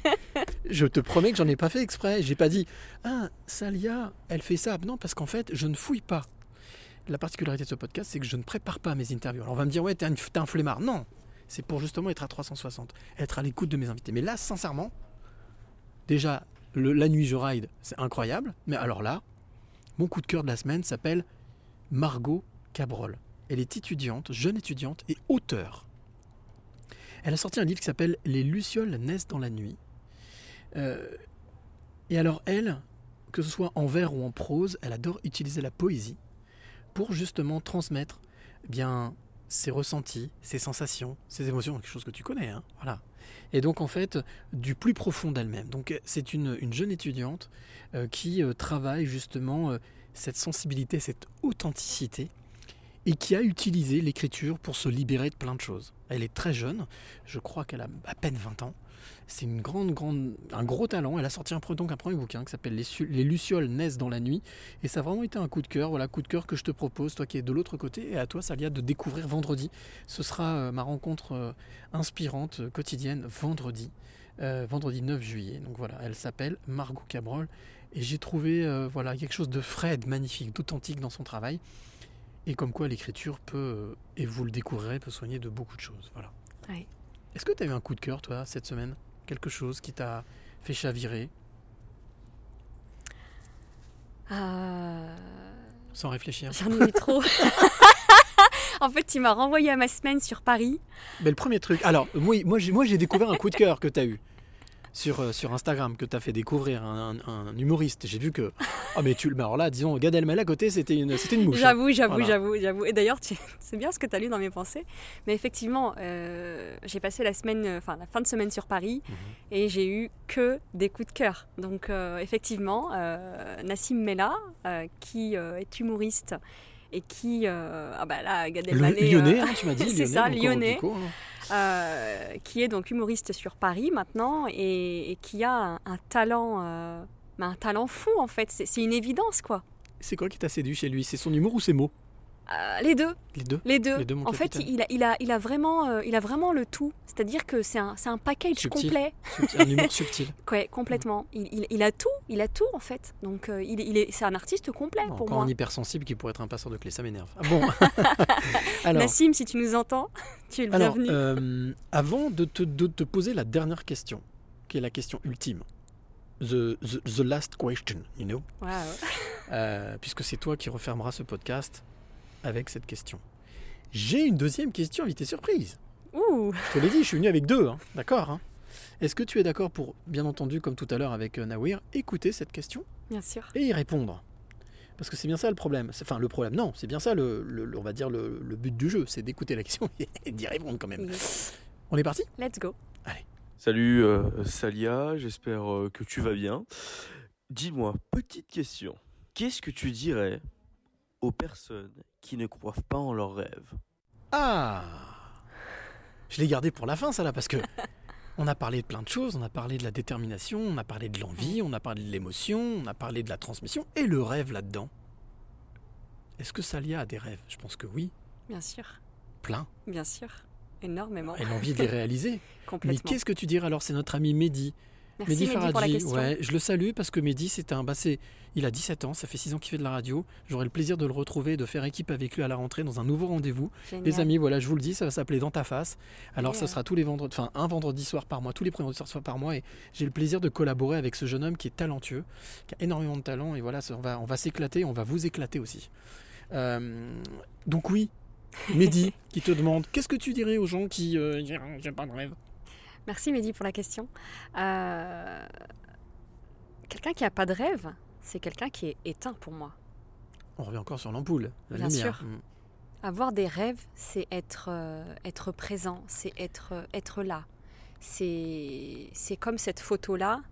Je te promets que j'en ai pas fait exprès. J'ai pas dit, ah, Salia, elle fait ça. Non, parce qu'en fait, je ne fouille pas. La particularité de ce podcast, c'est que je ne prépare pas mes interviews. Alors on va me dire, ouais, t'es un, t'es un flemmard. Non, c'est pour justement être à trois cent soixante, être à l'écoute de mes invités. Mais là, sincèrement, déjà, le, la nuit je ride, c'est incroyable. Mais alors là, mon coup de cœur de la semaine s'appelle Margot Cabrol. Elle est étudiante, jeune étudiante et auteure. Elle a sorti un livre qui s'appelle Les Lucioles naissent dans la nuit. Euh, et alors elle, que ce soit en vers ou en prose, elle adore utiliser la poésie pour justement transmettre eh bien ses ressentis, ses sensations, ses émotions, quelque chose que tu connais, hein, voilà. Et donc en fait, du plus profond d'elle-même. Donc c'est une, une jeune étudiante euh, qui euh, travaille justement euh, cette sensibilité, cette authenticité, et qui a utilisé l'écriture pour se libérer de plein de choses. Elle est très jeune, je crois qu'elle a à peine vingt ans. C'est une grande, grande, un gros talent. Elle a sorti un, donc un premier bouquin qui s'appelle les, Su- les Lucioles naissent dans la nuit. Et ça a vraiment été un coup de cœur. Voilà, coup de cœur que je te propose, toi qui es de l'autre côté, et à toi, Salia, de découvrir vendredi. Ce sera euh, ma rencontre euh, inspirante, euh, quotidienne, vendredi, euh, vendredi neuf juillet. Donc voilà, elle s'appelle Margot Cabrol. Et j'ai trouvé euh, voilà, quelque chose de frais, de magnifique, d'authentique dans son travail. Et comme quoi l'écriture peut, euh, et vous le découvrirez, peut soigner de beaucoup de choses. Voilà. Ouais. Est-ce que tu as eu un coup de cœur, toi, cette semaine? Quelque chose qui t'a fait chavirer, Euh, sans réfléchir? J'en ai eu trop. En fait, tu m'as renvoyé à ma semaine sur Paris. Mais le premier truc... Alors, moi, moi, j'ai, moi j'ai découvert un coup de cœur que tu as eu sur, euh, sur Instagram, que tu as fait découvrir un, un, un humoriste. J'ai vu que... Ah mais tu... Mais alors là, disons, Gad Elmaleh à côté, c'était une, c'était une mouche. hein. J'avoue, j'avoue, Voilà. j'avoue, j'avoue. Et d'ailleurs, tu... c'est bien ce que tu as lu dans mes pensées. Mais effectivement, euh, j'ai passé la semaine, enfin la fin de semaine sur Paris, Mhm. et j'ai eu que des coups de cœur. Donc euh, effectivement, euh, Nassim Mella, euh, qui euh, est humoriste et qui, euh, ah bah là, Gad Le Elmaleh, Lyonnais, euh, hein, tu m'as dit. c'est ça, donc Lyonnais. Rocco, hein. euh, qui est donc humoriste sur Paris maintenant et, et qui a un, un talent, euh, mais un talent fou en fait. C'est, c'est une évidence quoi. C'est quoi qui t'a séduit chez lui? C'est son humour ou ses mots? Euh, les deux. Les deux. Les deux. Les deux, mon En fait, capitaine. il a, il, a, il, a vraiment, euh, il a vraiment le tout. C'est-à-dire que c'est un, c'est un package Subtil. complet. Subtil, un humour subtil. Ouais, complètement. Il, il, il a tout. Il a tout, en fait. Donc, euh, il, il est, c'est un artiste complet Bon, pour encore moi. un hypersensible qui pourrait être un passeur de clés, ça m'énerve. Ah bon. Alors, Nassim, si tu nous entends, tu es le alors bienvenu. euh, avant de te, de te poser la dernière question, qui est la question ultime, the, the, the last question, you know, Wow. euh, puisque c'est toi qui refermeras ce podcast avec cette question. J'ai une deuxième question invité surprise. Ouh. Je te l'ai dit, je suis venu avec deux, hein, d'accord hein. Est-ce que tu es d'accord pour, bien entendu, comme tout à l'heure avec euh, Nawir, écouter cette question Bien sûr. et y répondre? Parce que c'est bien ça le problème. C'est- Enfin, le problème, non, c'est bien ça, le, le- le- on va dire, le, le but du jeu, c'est d'écouter la question et d'y répondre quand même. Yes. On est parti? Let's go. Salut euh, Salia, j'espère euh, que tu vas bien. Dis-moi, petite question. Qu'est-ce que tu dirais aux personnes qui ne croient pas en leurs rêves? Ah! Je l'ai gardé pour la fin, ça là, parce que on a parlé de plein de choses, on a parlé de la détermination, on a parlé de l'envie, on a parlé de l'émotion, on a parlé de la transmission, et le rêve là-dedans. Est-ce que Salia a des rêves? Je pense que oui, Bien sûr. plein, Bien sûr. Énormément. et l'envie de les réaliser. Mais Complètement. qu'est-ce que tu dirais? Alors c'est notre ami Mehdi. Merci Mehdi Mehdi pour la Faradji, question. ouais, je le salue parce que Mehdi, c'est un, bah, c'est, il a dix-sept ans, ça fait six ans qu'il fait de la radio. J'aurai le plaisir de le retrouver, de faire équipe avec lui à la rentrée dans un nouveau rendez-vous. Génial. Les amis, voilà, je vous le dis, ça va s'appeler Dans ta face. Alors, Et, ça euh, sera tous les vendredis, enfin un vendredi soir par mois, tous les premiers vendredis soirs par mois, et j'ai le plaisir de collaborer avec ce jeune homme qui est talentueux, qui a énormément de talent, et voilà, ça, on va, on va s'éclater, on va vous éclater aussi. Euh, donc oui, Mehdi, qui te demande, qu'est-ce que tu dirais aux gens qui, euh, disent, Ah, j'ai pas de rêve? Merci Mehdi pour la question. Euh, Quelqu'un qui n'a pas de rêve, c'est quelqu'un qui est éteint pour moi. On revient encore sur l'ampoule, la Bien lumière. sûr. Mm. Avoir des rêves, c'est être, euh, être présent, c'est être, euh, être là. C'est, c'est comme cette photo-là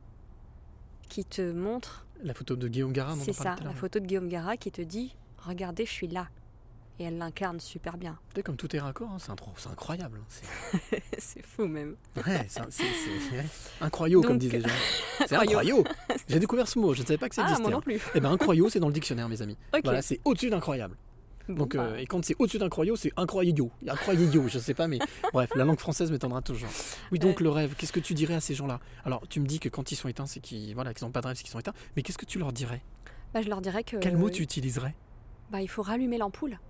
qui te montre, La photo de Guillaume Garin, dont c'est on parlait ça, tout à la l'heure. photo de Guillaume Gara qui te dit « Regardez, je suis là ». Et elle l'incarne super bien. Tu sais, comme tout est raccord, hein, c'est, intro- c'est incroyable. hein, C'est, C'est fou même. ouais, c'est, c'est, c'est- ouais. incroyable, comme Donc, disent les gens. C'est incroyable. incroyable. J'ai découvert ce mot, je ne savais pas que ça Ah, existait. moi non hein. plus. Eh ben, incroyable, c'est dans le dictionnaire, mes amis. Ok. Voilà, c'est au-dessus d'incroyable. Bon, Donc, bah, euh, et quand c'est au-dessus d'incroyable, c'est incroyable. Incroyable, je sais pas, mais bref, la langue française m'étendra toujours. Oui, donc Ouais. le rêve, qu'est-ce que tu dirais à ces gens-là? Alors, tu me dis que quand ils sont éteints, c'est qu'ils voilà, qu'ils n'ont pas de rêve, c'est qu'ils sont éteints. Mais qu'est-ce que tu leur dirais? bah, je leur dirais que Quel mot tu utiliserais? bah, il faut rallumer l'ampoule.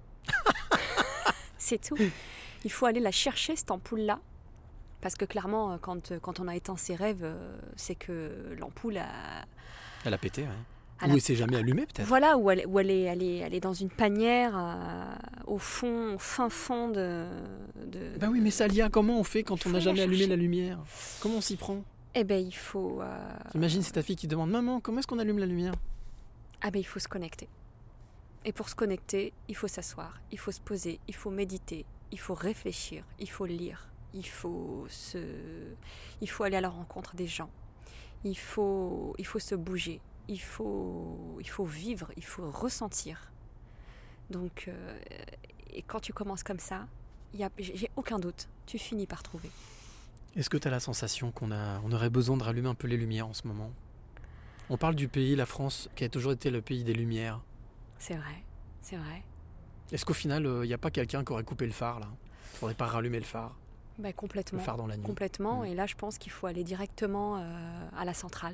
C'est tout. Il faut aller la chercher, cette ampoule-là. Parce que clairement, euh, quand, euh, quand on a éteint ses rêves, euh, c'est que l'ampoule a... Elle a pété, ouais. elle Ou a- elle s'est jamais allumée, peut-être. Voilà, où elle, où elle, est, elle, est, elle est dans une panière, euh, au fond, au fin fond de... de... Ben oui, mais Salia, comment on fait quand on Il n'a faut jamais la allumé chercher. la lumière? Comment on s'y prend? Eh ben, il faut... euh, Imagine, c'est ta fille qui demande, maman, comment est-ce qu'on allume la lumière? Ah ben, il faut se connecter. Et pour se connecter, il faut s'asseoir, il faut se poser, il faut méditer, il faut réfléchir, il faut lire, il faut se... il faut aller à la rencontre des gens, il faut, il faut se bouger, il faut, il faut vivre, il faut ressentir. Donc, euh, et quand tu commences comme ça, il y a, j'ai aucun doute, tu finis par trouver. Est-ce que tu as la sensation qu'on a, on aurait besoin de rallumer un peu les lumières en ce moment? On parle du pays, la France, qui a toujours été le pays des lumières. C'est vrai, c'est vrai. Est-ce qu'au final, il n'y a pas quelqu'un qui aurait coupé le phare, là? Il ne faudrait pas rallumer le phare, Ben, complètement. le phare dans la nuit. Complètement, Mm. et là je pense qu'il faut aller directement euh, à la centrale.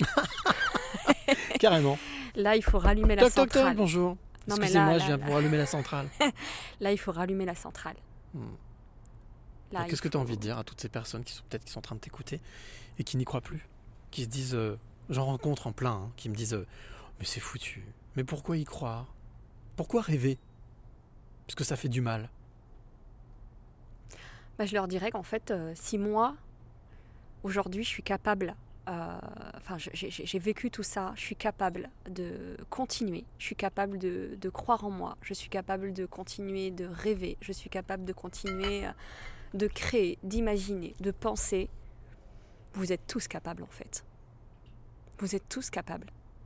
Carrément. Là il faut rallumer la Toc, toc, centrale. toc, bonjour. Non, mais Excusez-moi, là, je viens là, pour allumer la centrale. Là il faut rallumer la centrale. Hmm. Là, Et Qu'est-ce il que tu as faut- envie de dire à toutes ces personnes qui sont peut-être qui sont en train de t'écouter et qui n'y croient plus, qui se disent, euh, j'en rencontre en plein, hein, qui me disent, euh, mais c'est foutu, mais pourquoi y croire? Pourquoi rêver? Parce que ça fait du mal. Bah, je leur dirais qu'en fait, euh, si moi, aujourd'hui, je suis capable, euh, enfin, je- j'ai j'ai vécu tout ça, je suis capable de continuer, je suis capable de, de croire en moi, je suis capable de continuer de rêver, je suis capable de continuer euh, de créer, d'imaginer, de penser. Vous êtes tous capables, en fait. Vous êtes tous capables.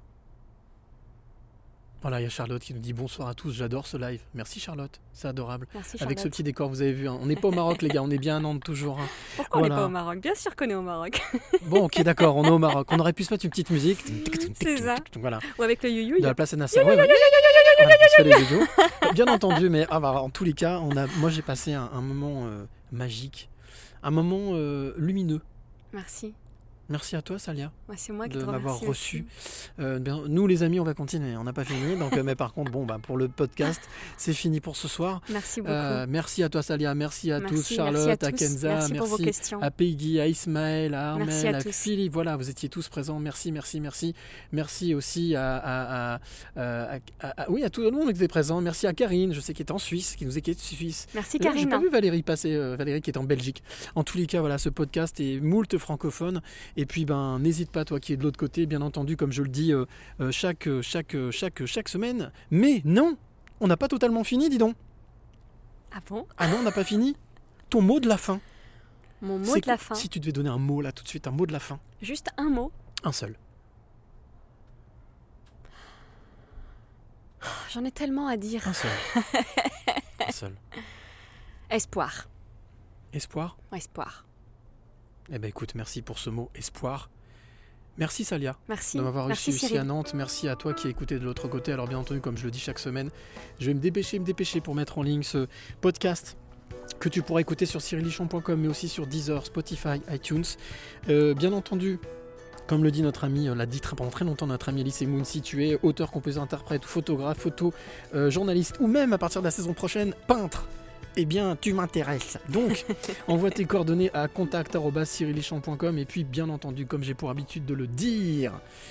Voilà, il y a Charlotte qui nous dit bonsoir à tous, j'adore ce live. Merci Charlotte, c'est adorable. Merci, Avec ce Charlotte. petit décor, vous avez vu, hein. On n'est pas au Maroc les gars, on est bien à Nantes toujours. hein. Pourquoi on n'est Voilà. pas au Maroc? Bien sûr qu'on est au Maroc. Bon, ok, d'accord, on est au Maroc. On aurait pu se mettre une petite musique. C'est ça. Donc voilà, Ou avec le you-you. de la place Nasser. Ouais, ouais. Voilà, on se fait des vidéos. Bien entendu, mais ah, bah, en tous les cas, on a, moi j'ai passé un, un moment euh, magique, un moment euh, lumineux. Merci. Merci à toi, Salia, Ouais, c'est moi qui de te m'avoir remercie reçu. aussi. Euh, bien, nous, les amis, on va continuer. On n'a pas fini. Donc, euh, mais par contre, bon, bah, pour le podcast, c'est fini pour ce soir. Merci beaucoup. Euh, merci à toi, Salia. Merci à Merci, tous. merci Charlotte, à à, tous. Kenza. Merci pour vos questions. à Peggy, à Ismaël, à Armel, Merci à à, tous. Philippe. Voilà, vous étiez tous présents. Merci, merci, merci. Merci aussi à, à, à, à, à- à- oui, à tout le monde qui était présent. Merci à Karine, je sais, qui est en Suisse, qui nous écoute en Suisse. Merci D'ailleurs, Karine. J'ai pas vu Valérie passer, euh, Valérie qui est en Belgique. En tous les cas, voilà, ce podcast est moult francophone. Et puis, ben, n'hésite pas, toi qui es de l'autre côté, bien entendu, comme je le dis euh, euh, chaque, chaque, chaque, chaque semaine. Mais non, on n'a pas totalement fini, dis donc. Ah bon? Ah non, on n'a pas fini. Ton mot de la fin. Mon mot C'est de la quoi- fin. Si tu devais donner un mot là tout de suite, un mot de la fin. Juste un mot. Un seul. J'en ai tellement à dire. Un seul. Un seul. Espoir. Espoir. Espoir. Eh ben écoute, merci pour ce mot espoir. Merci Salia Merci. de m'avoir Merci, reçu ici Cyril. à Nantes. Merci à toi qui as écouté de l'autre côté. Alors bien entendu, comme je le dis chaque semaine, je vais me dépêcher, me dépêcher pour mettre en ligne ce podcast que tu pourras écouter sur cyrilichon point com, mais aussi sur Deezer, Spotify, iTunes. Euh, bien entendu, comme le dit notre ami, euh, l'a dit très- pendant très longtemps notre ami Elise Moon, si tu es auteur, compositeur, interprète, ou photographe, photo, euh, journaliste, ou même à partir de la saison prochaine, peintre, eh bien, tu m'intéresses. Donc, envoie tes coordonnées à contact arobase cyrilichon point com et puis, bien entendu, comme j'ai pour habitude de le dire,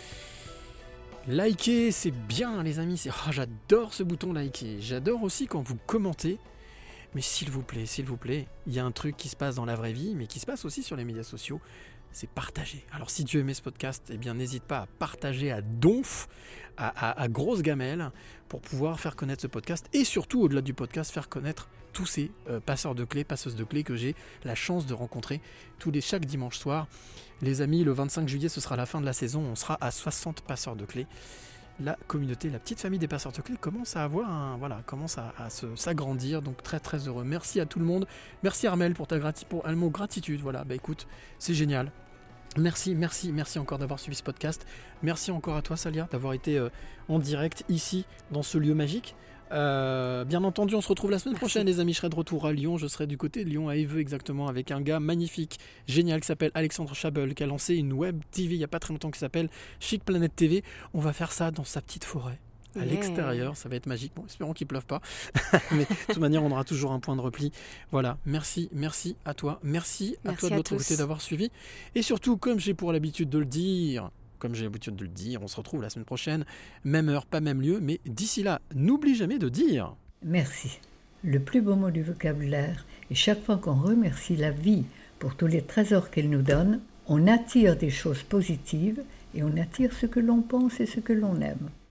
likez, c'est bien, les amis. C'est... Oh, j'adore ce bouton liker. J'adore aussi quand vous commentez. Mais s'il vous plaît, s'il vous plaît, il y a un truc qui se passe dans la vraie vie, mais qui se passe aussi sur les médias sociaux. C'est partager. Alors, si tu aimais ce podcast, eh bien, n'hésite pas à partager à donf, à, à, à grosse gamelle, pour pouvoir faire connaître ce podcast et surtout, au-delà du podcast, faire connaître tous ces euh, passeurs de clés, passeuses de clés que j'ai la chance de rencontrer tous les chaque dimanche soir. Les amis, le vingt-cinq juillet, ce sera la fin de la saison. On sera à soixante passeurs de clés. La communauté, la petite famille des passeurs de clés commence à avoir un, voilà, commence à, à se, s'agrandir. Donc très très heureux. Merci à tout le monde. Merci Armel pour ta grati- pour un mot gratitude. Voilà, bah écoute, c'est génial. Merci, merci, merci encore d'avoir suivi ce podcast. Merci encore à toi Salia d'avoir été euh, en direct ici dans ce lieu magique. Euh, bien entendu, on se retrouve la semaine Merci. prochaine, les amis. Je serai de retour à Lyon. Je serai du côté de Lyon, à Éveux exactement, avec un gars magnifique, génial, qui s'appelle Alexandre Chabel, qui a lancé une web T V il n'y a pas très longtemps qui s'appelle Chic Planet T V. On va faire ça dans sa petite forêt. À Yeah. l'extérieur, ça va être magique. Bon, espérons qu'il pleuve pas. Mais de toute manière, on aura toujours un point de repli. Voilà, merci, merci à toi. Merci, à Merci toi de à l'autre tous. côté d'avoir suivi. Et surtout, comme j'ai pour l'habitude de le dire, comme j'ai l'habitude de le dire, on se retrouve la semaine prochaine. Même heure, pas même lieu. Mais d'ici là, n'oublie jamais de dire... Merci. Le plus beau mot du vocabulaire, et chaque fois qu'on remercie la vie pour tous les trésors qu'elle nous donne, on attire des choses positives et on attire ce que l'on pense et ce que l'on aime.